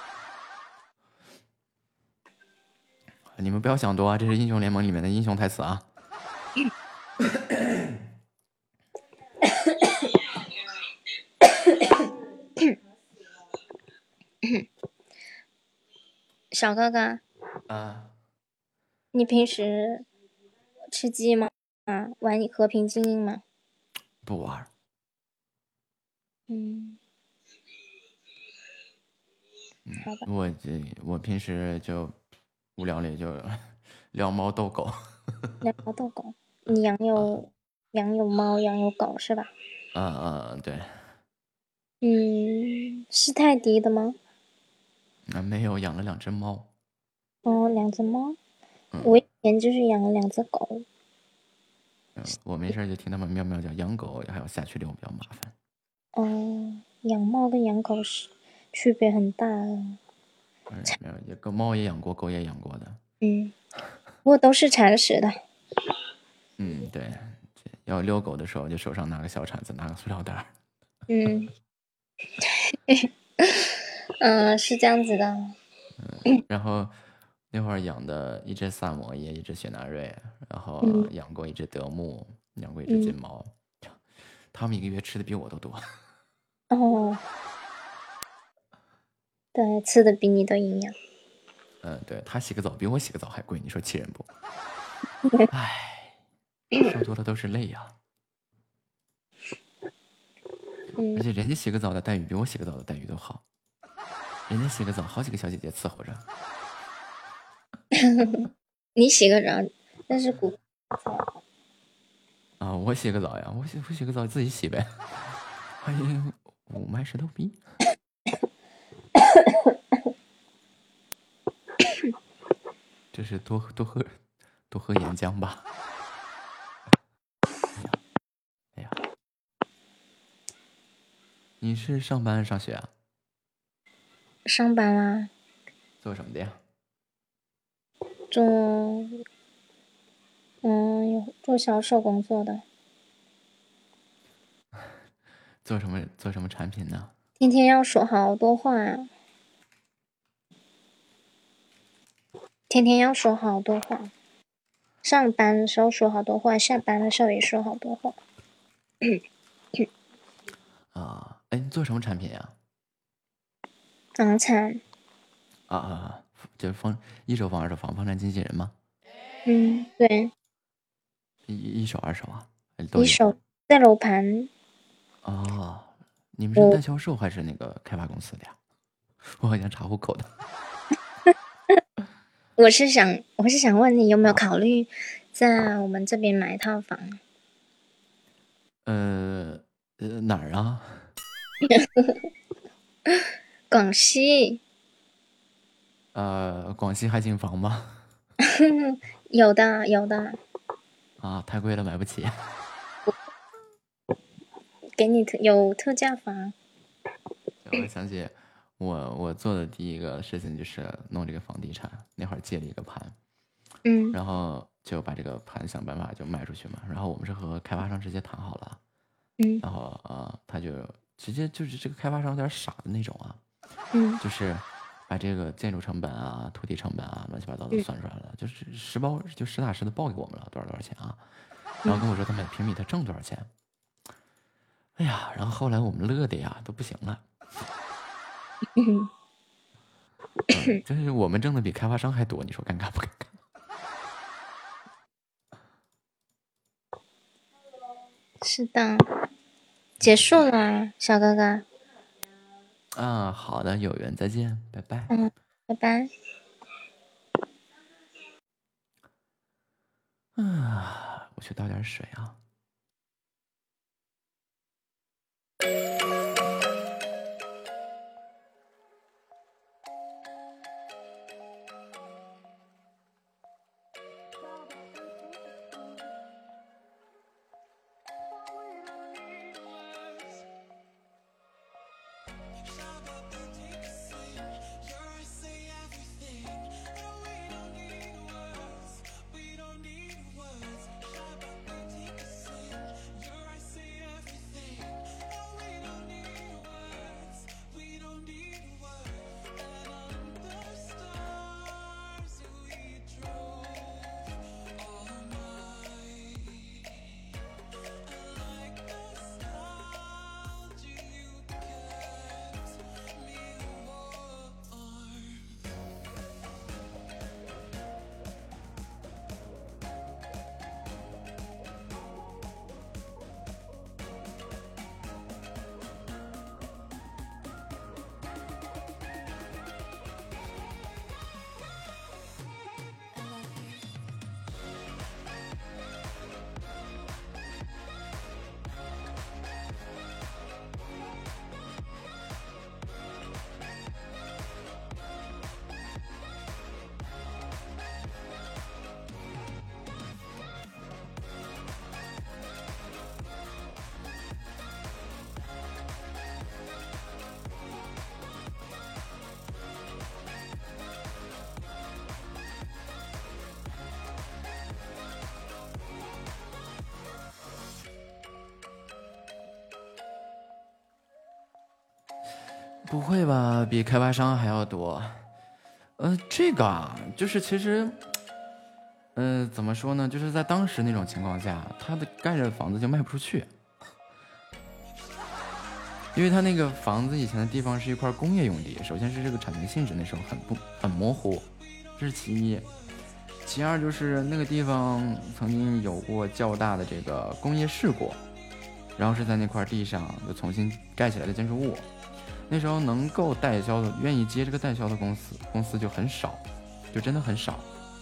你们不要想多啊，这是英雄联盟里面的英雄台词啊。 小哥哥， 啊， 你平时吃鸡吗？啊，玩和平精英吗？ 不玩。 嗯，好吧。 我这我平时就无聊了就撩猫逗狗。 撩猫逗狗，你养有、啊、养有猫，养有狗是吧？ 嗯嗯，对。 嗯，是泰迪的吗？ 啊，没有，养了两只猫。 哦，两只猫。 嗯、 我以前就是养了两只狗。 嗯，我没事就听他们喵喵叫。养狗还要下去遛，比较麻烦。 哦，养猫跟养狗是区别很大啊。 嗯，没有，也狗猫也养过，狗也养过的。 嗯，不过都是铲屎的。 嗯，对，要遛狗的时候就手上拿个小铲子，拿个塑料袋。 嗯，嗯，是这样子的。 嗯，然后那会儿养的一只萨摩耶，一只雪纳瑞，然后养过一只德牧，养过一只金毛，嗯、他们一个月吃的比我都多。 哦，对，吃的比你都营养。 嗯，对，他洗个澡比我洗个澡还贵，你说气人不？唉，说多了都是泪呀、啊。 嗯、 而且人家洗个澡的待遇比我洗个澡的待遇都好，人家洗个澡好几个小姐姐伺候着。 你洗个澡，那是古啊，我洗个澡呀，我洗我洗个澡自己洗呗。欢迎五麦石头逼。这是多多喝多喝岩浆吧。哎呀，哎呀，你是上班上学啊？ 上班啦。 做什么的呀？ 做，嗯，有做销售工作的。 做什么做什么产品呢？ 天天要说好多话呀、啊。天天要说好多话，上班的时候说好多话，下班的时候也说好多话。 啊，哎，你做什么产品呀？ 房产。 啊啊，就是房一手房二手房，房产经纪人吗？ 嗯，对。 一一手二手啊？都一手在楼盘。 哦，你们是代销售还是那个开发公司的呀？我好像查户口的。 我是想，我是想问你有没有考虑在我们这边买一套房？ 呃呃，哪儿啊？ 广西。 呃，广西海景房吗？ 有的，有的。 啊，太贵了，买不起。 给你特有特价房。 我想起我我做的第一个事情就是弄这个房地产，那会儿借了一个盘， 嗯， 然后就把这个盘想办法就卖出去嘛。然后我们是和开发商直接谈好了， 嗯， 然后啊、呃，他就直接就是这个开发商有点傻的那种啊， 嗯， 就是把这个建筑成本啊、土地成本啊乱七八糟都算出来了，嗯、就是实报就实打实的报给我们了多少多少钱啊，然后跟我说他每平米他挣多少钱。哎呀，然后后来我们乐的呀都不行了。嗯，就是我们挣的比开发商还多，你说尴尬不尴尬？ 是的，结束了，小哥哥。 啊，好的，有缘再见，拜拜。 嗯，拜拜。 啊，我去倒点水啊。不会吧，比开发商还要多？呃，这个啊，就是其实，嗯、呃，怎么说呢？就是在当时那种情况下，他的盖着房子就卖不出去，因为他那个房子以前的地方是一块工业用地，首先是这个产权性质那时候很不很模糊，这是其一。其二就是那个地方曾经有过较大的这个工业事故，然后是在那块地上就重新盖起来的建筑物。那时候能够代销的、愿意接这个代销的公司，公司就很少，就真的很少，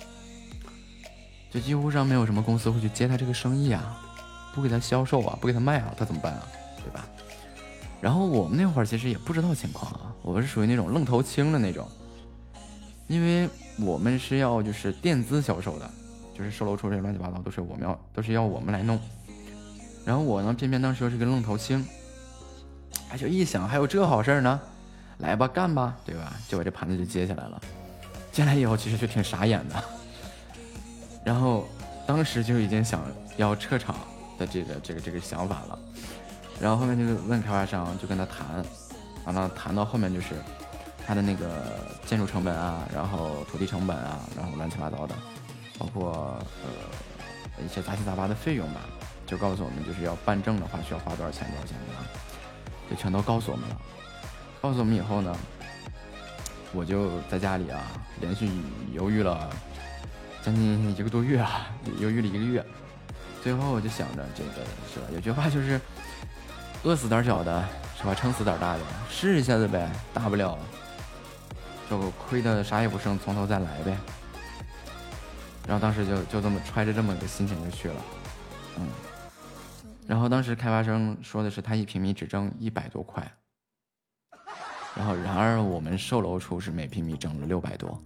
就几乎上没有什么公司会去接他这个生意啊，不给他销售啊，不给他卖啊，他怎么办啊？对吧？然后我们那会儿其实也不知道情况啊，我们是属于那种愣头青的那种，因为我们是要就是电资销售的，就是售楼处这些乱七八糟都是我们要都是要我们来弄，然后我呢偏偏当时又是个愣头青。哎，就一想还有这好事呢，来吧，干吧，对吧？就把这盘子就接下来了。接下来以后其实就挺傻眼的，然后当时就已经想要撤场的这个这个这个想法了。然后后面就问开发商，就跟他谈，完了谈到后面就是他的那个建筑成本啊，然后土地成本啊，然后乱七八糟的，包括呃一些杂七杂八的费用吧，就告诉我们就是要办证的话需要花多少钱多少钱的啊。就全都告诉我们了，告诉我们以后呢，我就在家里啊，连续犹豫了将近一个多月啊，犹豫了一个月，最后我就想着这个是吧？有句话就是饿死胆小的是吧，撑死胆大的，试一下子呗，大不了就亏的啥也不剩，从头再来呗。然后当时就就这么揣着这么个心情就去了，嗯。然后当时开发商说的是他一平米只挣一百多块，然后然而我们售楼处是每平米挣了六百多，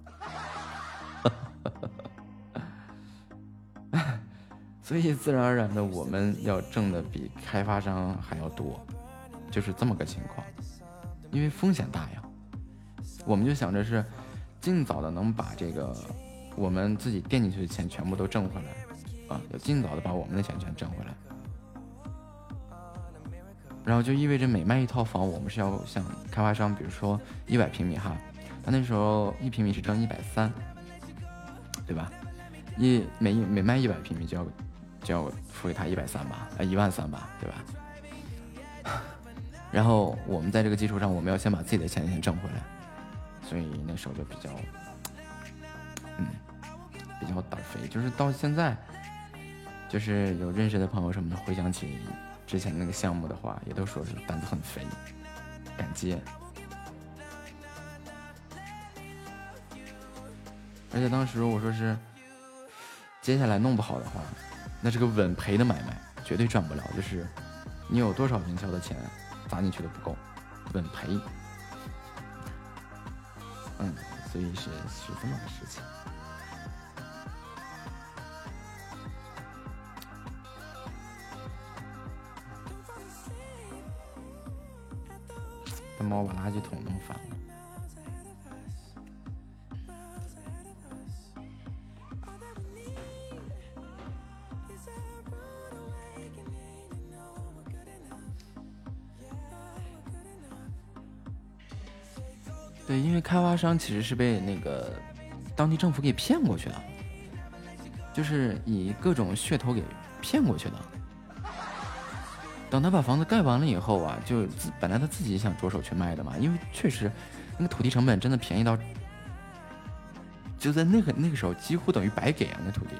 所以自然而然的我们要挣的比开发商还要多，就是这么个情况，因为风险大呀。我们就想着是尽早的能把这个我们自己垫进去的钱全部都挣回来啊，要尽早的把我们的钱全挣回来。 然后就意味着每卖一套房，我们是要向开发商，比如说一百平米哈，他那时候一平米是挣一百三，对吧？一每每卖一百平米就要就要付给他一百三吧，啊一万三吧，对吧？然后我们在这个基础上，我们要先把自己的钱先挣回来，所以那时候就比较，嗯，比较胆肥。就是到现在，就是有认识的朋友什么的，回想起之前那个项目的话，也都说是胆子很肥，敢接。而且当时我说是，接下来弄不好的话，那是个稳赔的买卖，绝对赚不了。就是你有多少营销的钱砸进去都不够，稳赔。嗯，所以是是这么个事情。这猫把垃圾桶弄反了。对，因为开发商其实是被那个当地政府给骗过去的，就是以各种噱头给骗过去的。等他把房子盖完了以后啊，就自本来他自己想着手去卖的嘛，因为确实那个土地成本真的便宜到，就在那个那个时候几乎等于白给啊那土地。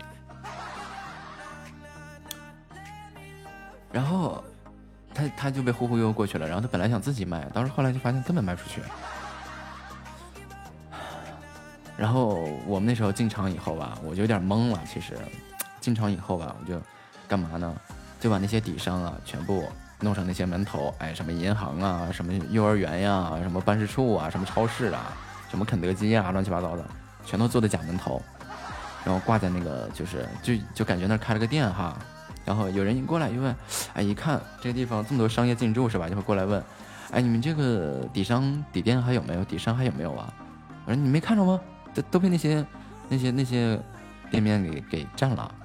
然后他他就被忽忽悠悠过去了，然后他本来想自己卖，当时后来就发现根本卖不出去。然后我们那时候进场以后吧，我就有点懵了。其实进场以后吧，我就干嘛呢？就把那些底商啊全部弄上那些门头，哎，什么银行啊，什么幼儿园呀，什么办事处啊，什么超市啊，什么肯德基啊，乱七八糟的，全都做的假门头，然后挂在那个就是就就感觉那开了个店哈。然后有人一过来一问，哎，一看这个地方这么多商业进驻是吧？就会过来问，哎，你们这个底商底店还有没有？底商还有没有啊？我说你没看着吗？都都被那些那些那些店面给给占了。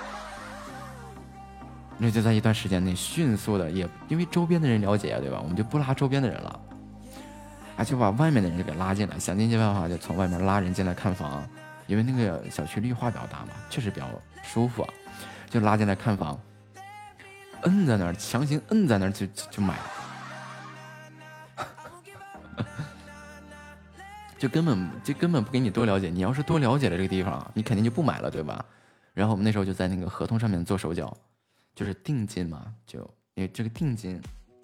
那就在一段时间内迅速的，也因为周边的人了解，对吧？我们就不拉周边的人了，啊，就把外面的人给拉进来，想尽办法就从外面拉人进来看房，因为那个小区绿化比较大嘛，确实比较舒服，就拉进来看房，摁在那儿，强行摁在那儿就就就买，就根本就根本不给你多了解，你要是多了解了这个地方，你肯定就不买了，对吧？然后我们那时候就在那个合同上面做手脚。就是定金嘛，就因为这个定金，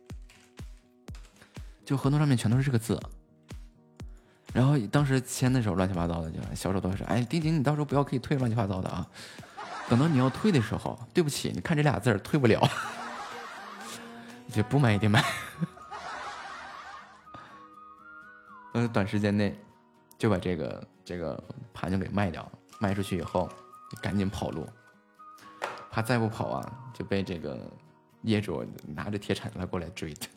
就合同上面全都是这个字。然后当时签的时候乱七八糟的，就销售都说：“哎，定金你到时候不要可以退，乱七八糟的啊。”等到你要退的时候，对不起，你看这俩字儿退不了，就不买也得买。嗯，短时间内就把这个这个盘就给卖掉，卖出去以后赶紧跑路。怕再不跑啊，就被这个业主拿着铁铲子过来追的。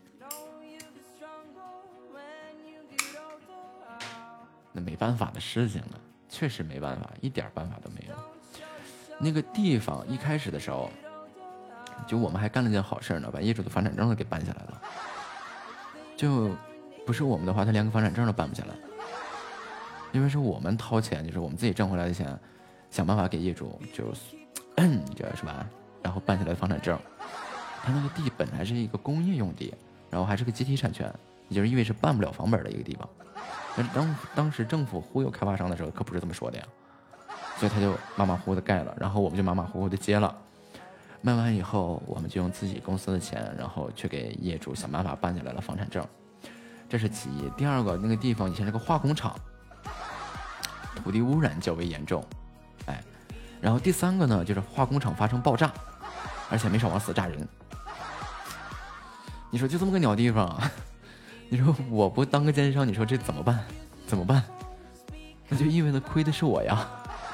那没办法的事情了，确实没办法，一点办法都没有。那个地方一开始的时候，就我们还干了件好事呢，把业主的房产证都给办下来了。就不是我们的话，他连个房产证都办不下来，因为是我们掏钱，就是我们自己挣回来的钱，想办法给业主就。这是吧？然后办下来的房产证，他那个地本来是一个工业用地，然后还是个集体产权，也就是意味着办不了房本的一个地方。但是当当时政府忽悠开发商的时候，可不是这么说的呀，所以他就马马虎虎的盖了，然后我们就马马虎虎的接了。卖完以后，我们就用自己公司的钱，然后去给业主想办法办下来了房产证，这是其一。第二个，那个地方以前是个化工厂，土地污染较为严重，哎。然后第三个呢，就是化工厂发生爆炸，而且没少往死炸人。你说就这么个鸟地方，你说我不当个奸商，你说这怎么办？怎么办？那就意味着亏的是我呀。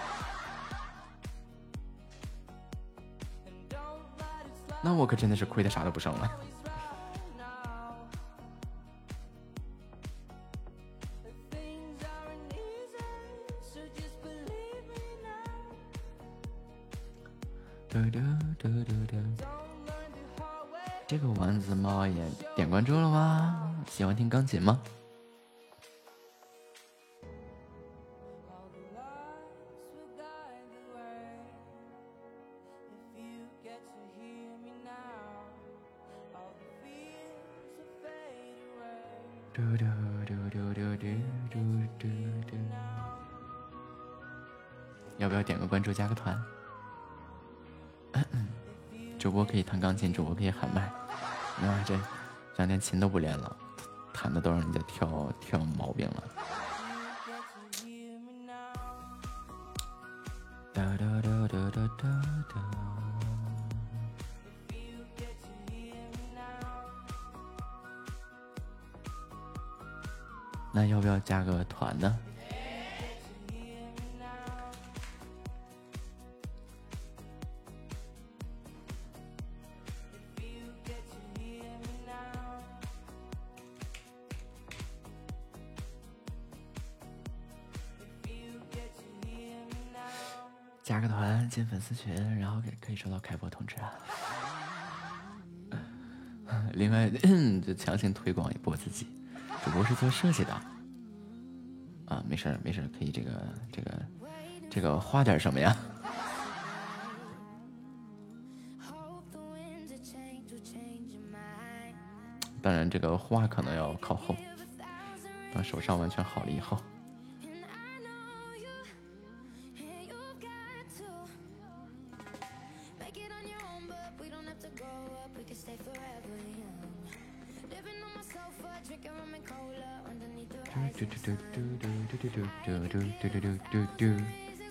那我可真的是亏的啥都不剩了。 这个丸子猫也点关注了吗？喜欢听钢琴吗？嘟嘟嘟嘟嘟嘟嘟嘟嘟，要不要点个关注加个团？主播可以弹钢琴，主播可以喊麦。啊，这两天琴都不练了，弹的都让人家挑挑毛病了。哒哒哒哒哒哒哒。那要不要加个团呢？加个团进粉丝群，然后给可以收到开播通知啊。另外，就强行推广一波自己。主播是做设计的啊，没事儿没事儿，可以这个这个这个画点什么呀？当然，这个画可能要靠后，等手上完全好了以后。嘟嘟嘟嘟嘟嘟嘟嘟嘟嘟嘟嘟嘟。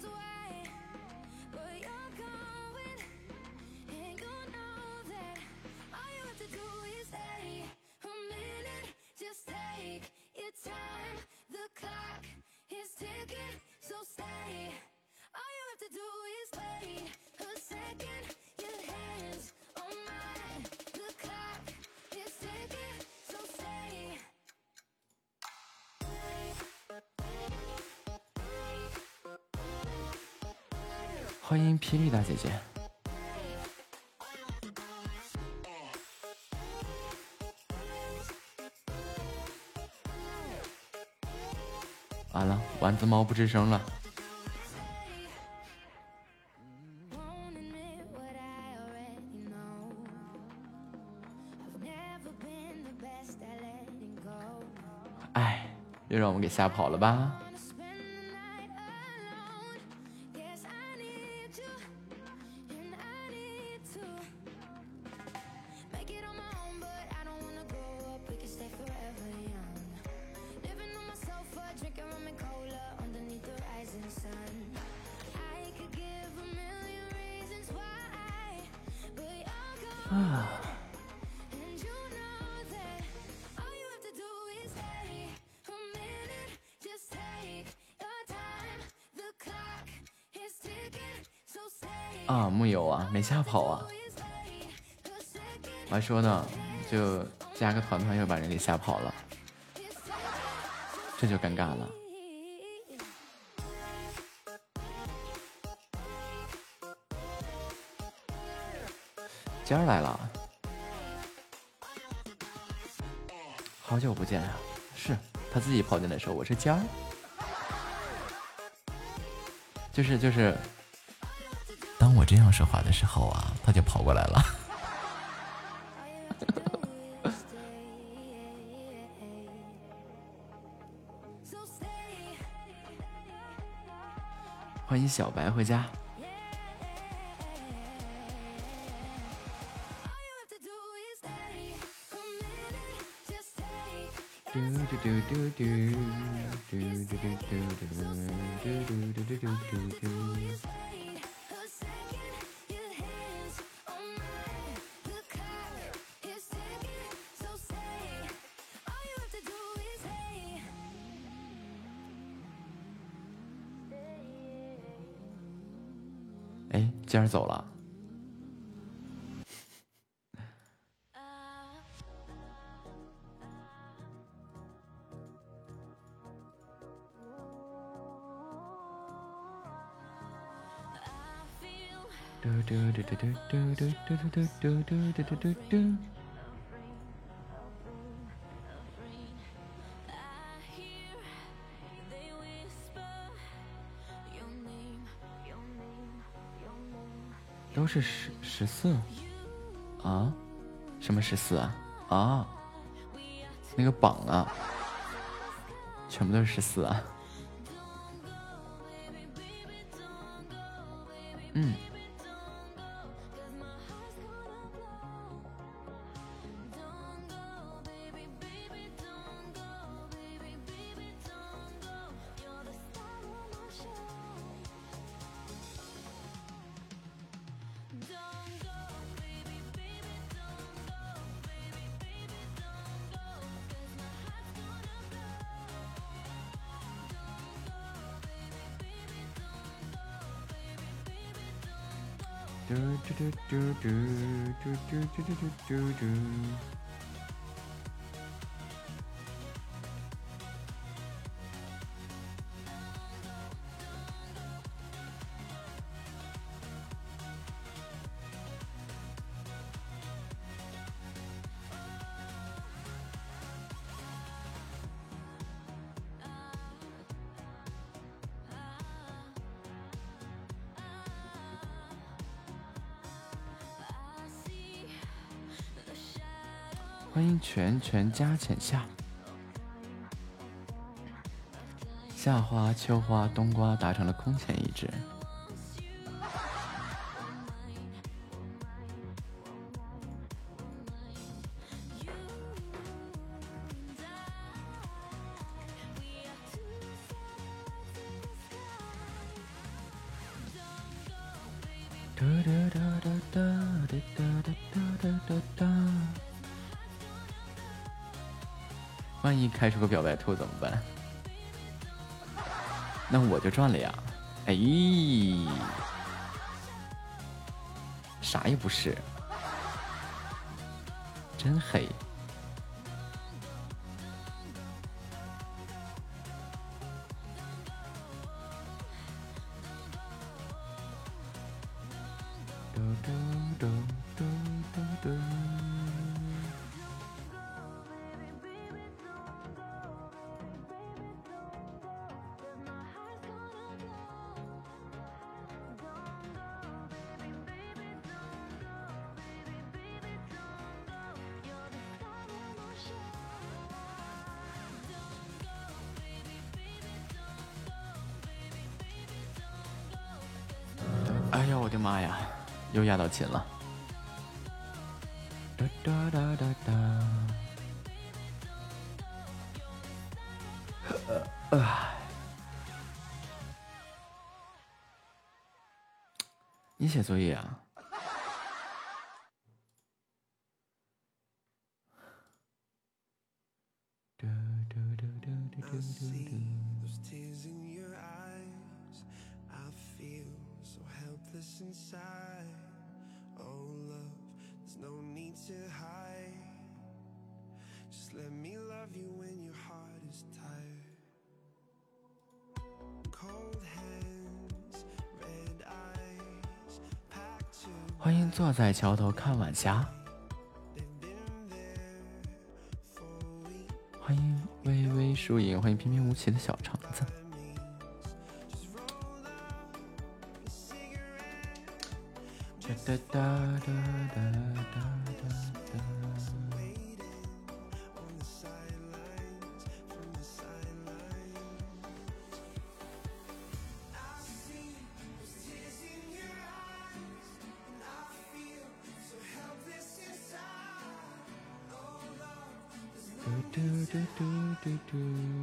欢迎霹雳大姐姐。完了，丸子猫不吱声了。哎，又让我们给吓跑了吧？啊，木有啊，没吓跑啊！我还说呢，就加个团团又把人给吓跑了，这就尴尬了。尖儿来了，好久不见啊！是他自己跑进来说我是尖儿，就是就是。当我这样说话的时候啊，他就跑过来了。欢迎小白回家。嘟嘟嘟嘟嘟嘟嘟嘟嘟嘟嘟嘟嘟嘟嘟。哎，尖儿走了。嘟嘟嘟嘟嘟嘟嘟嘟嘟嘟嘟嘟嘟嘟。 都是十十四啊？什么十四啊？啊，那个榜啊，全部都是十四啊。嗯。嘟嘟嘟嘟嘟嘟嘟嘟嘟嘟嘟。欢迎全全加浅夏，夏花、秋花、冬瓜达成了空前一致。哒哒哒哒哒哒哒哒哒哒。万一开出个表白兔怎么办？那我就赚了呀！哎，啥也不是，真黑。嘟嘟嘟嘟嘟嘟。哎呀，我的妈呀，又压到琴了。哒哒哒哒哒。呃呃、你写作业啊？嘟嘟嘟嘟嘟嘟嘟。欢迎坐在桥头看晚霞，欢迎微微疏影，欢迎平平无奇的小橙子。哒哒哒哒哒哒哒。嘟嘟嘟嘟嘟。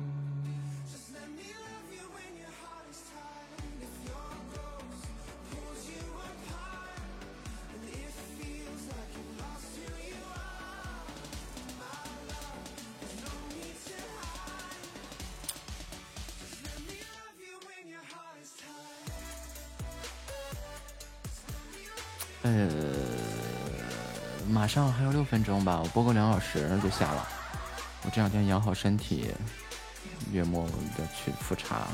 呃，马上还有六分钟吧，我播个两小时就下了。我这两天养好身体，月末的去复查。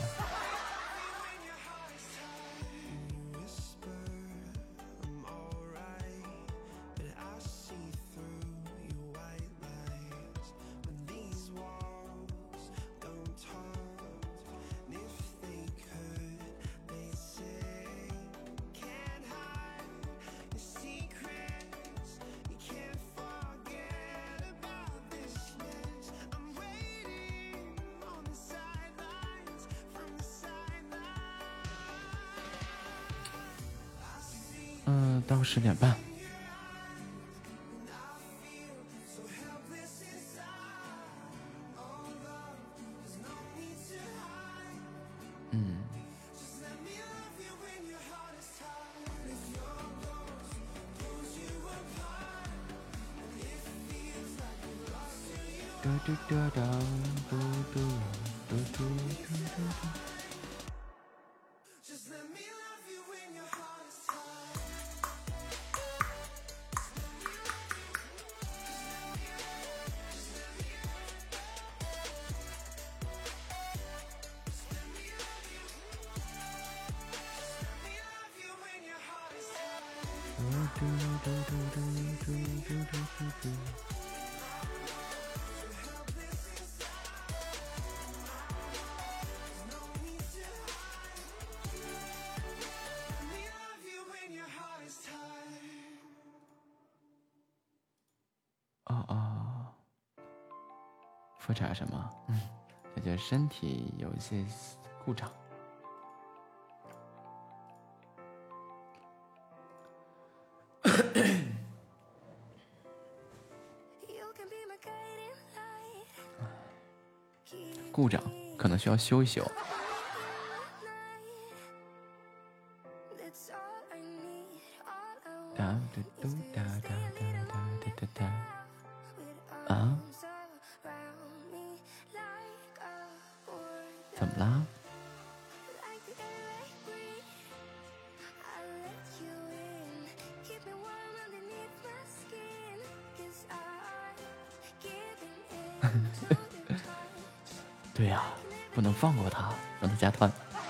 嗯、呃，到十点半。嗯。嘟嘟嘟嘟嘟嘟嘟嘟嘟。哦哦，复查什么？嗯，感觉身体有一些故障。故障可能需要修一修。哒嘟嘟哒哒哒哒哒哒哒。啊？怎么啦？对呀、啊，不能放过他，让他加团。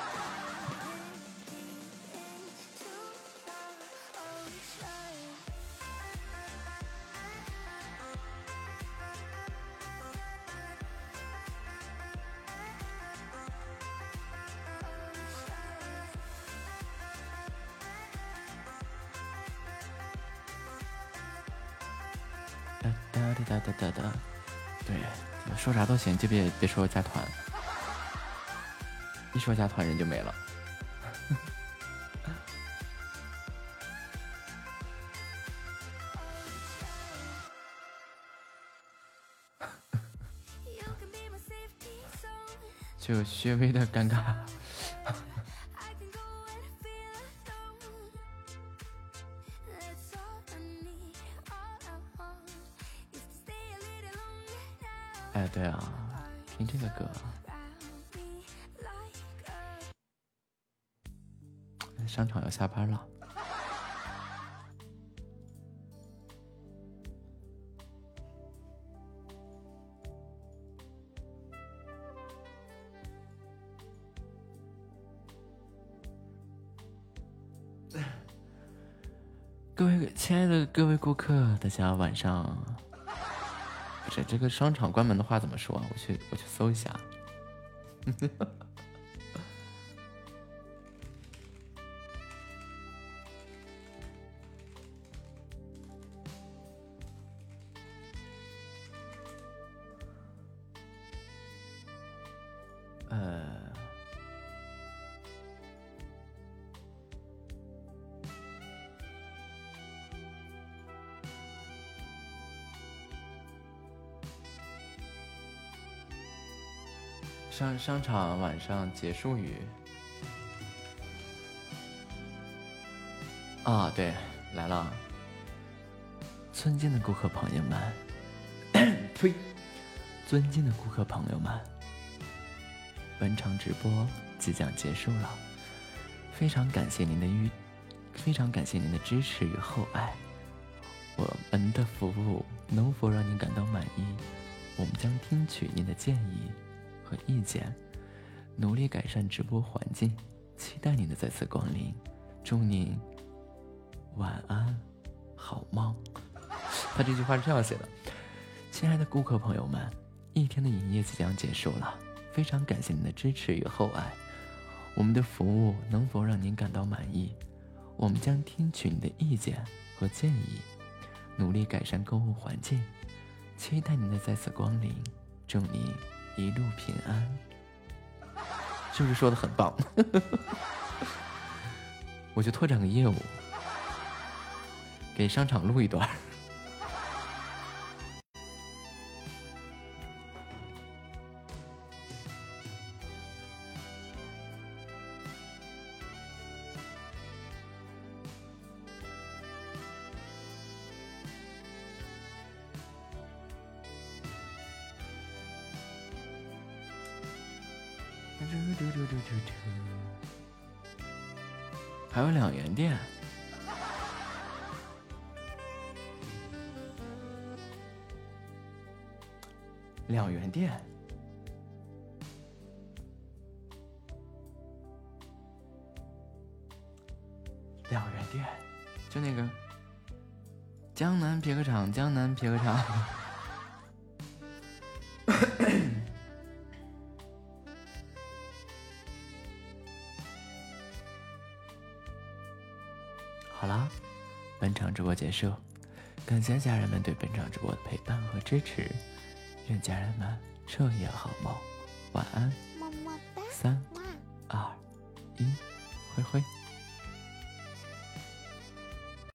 哒哒哒哒哒哒，对。说啥都行，就别别说加团，一说加团人就没了。就略微的尴尬。哎，对啊，听这个歌。商场要下班了。各位亲爱的各位顾客，大家晚上。不是这个商场关门的话怎么说啊？我去我去搜一下。呃。商商场晚上结束语啊，对，来了，尊敬的顾客朋友们，呸，尊敬的顾客朋友们，本场直播即将结束了，非常感谢您的预，非常感谢您的支持与厚爱，我们的服务能否让您感到满意？我们将听取您的建议和意见，努力改善直播环境，期待您的再次光临，祝您晚安，好梦。他这句话是这样写的：亲爱的顾客朋友们，一天的营业即将结束了，非常感谢您的支持与厚爱，我们的服务能否让您感到满意？我们将听取您的意见和建议，努力改善购物环境，期待您的再次光临，祝您一路平安。是不是说的很棒？我就拓展个业务， 给商场录一段。还有两元店，两元店，两元店，就那个江南皮革厂，江南皮革厂。好啦，本场直播结束，感谢家人们对本场直播的陪伴和支持，愿家人们彻夜好梦，晚安， 么么哒， 三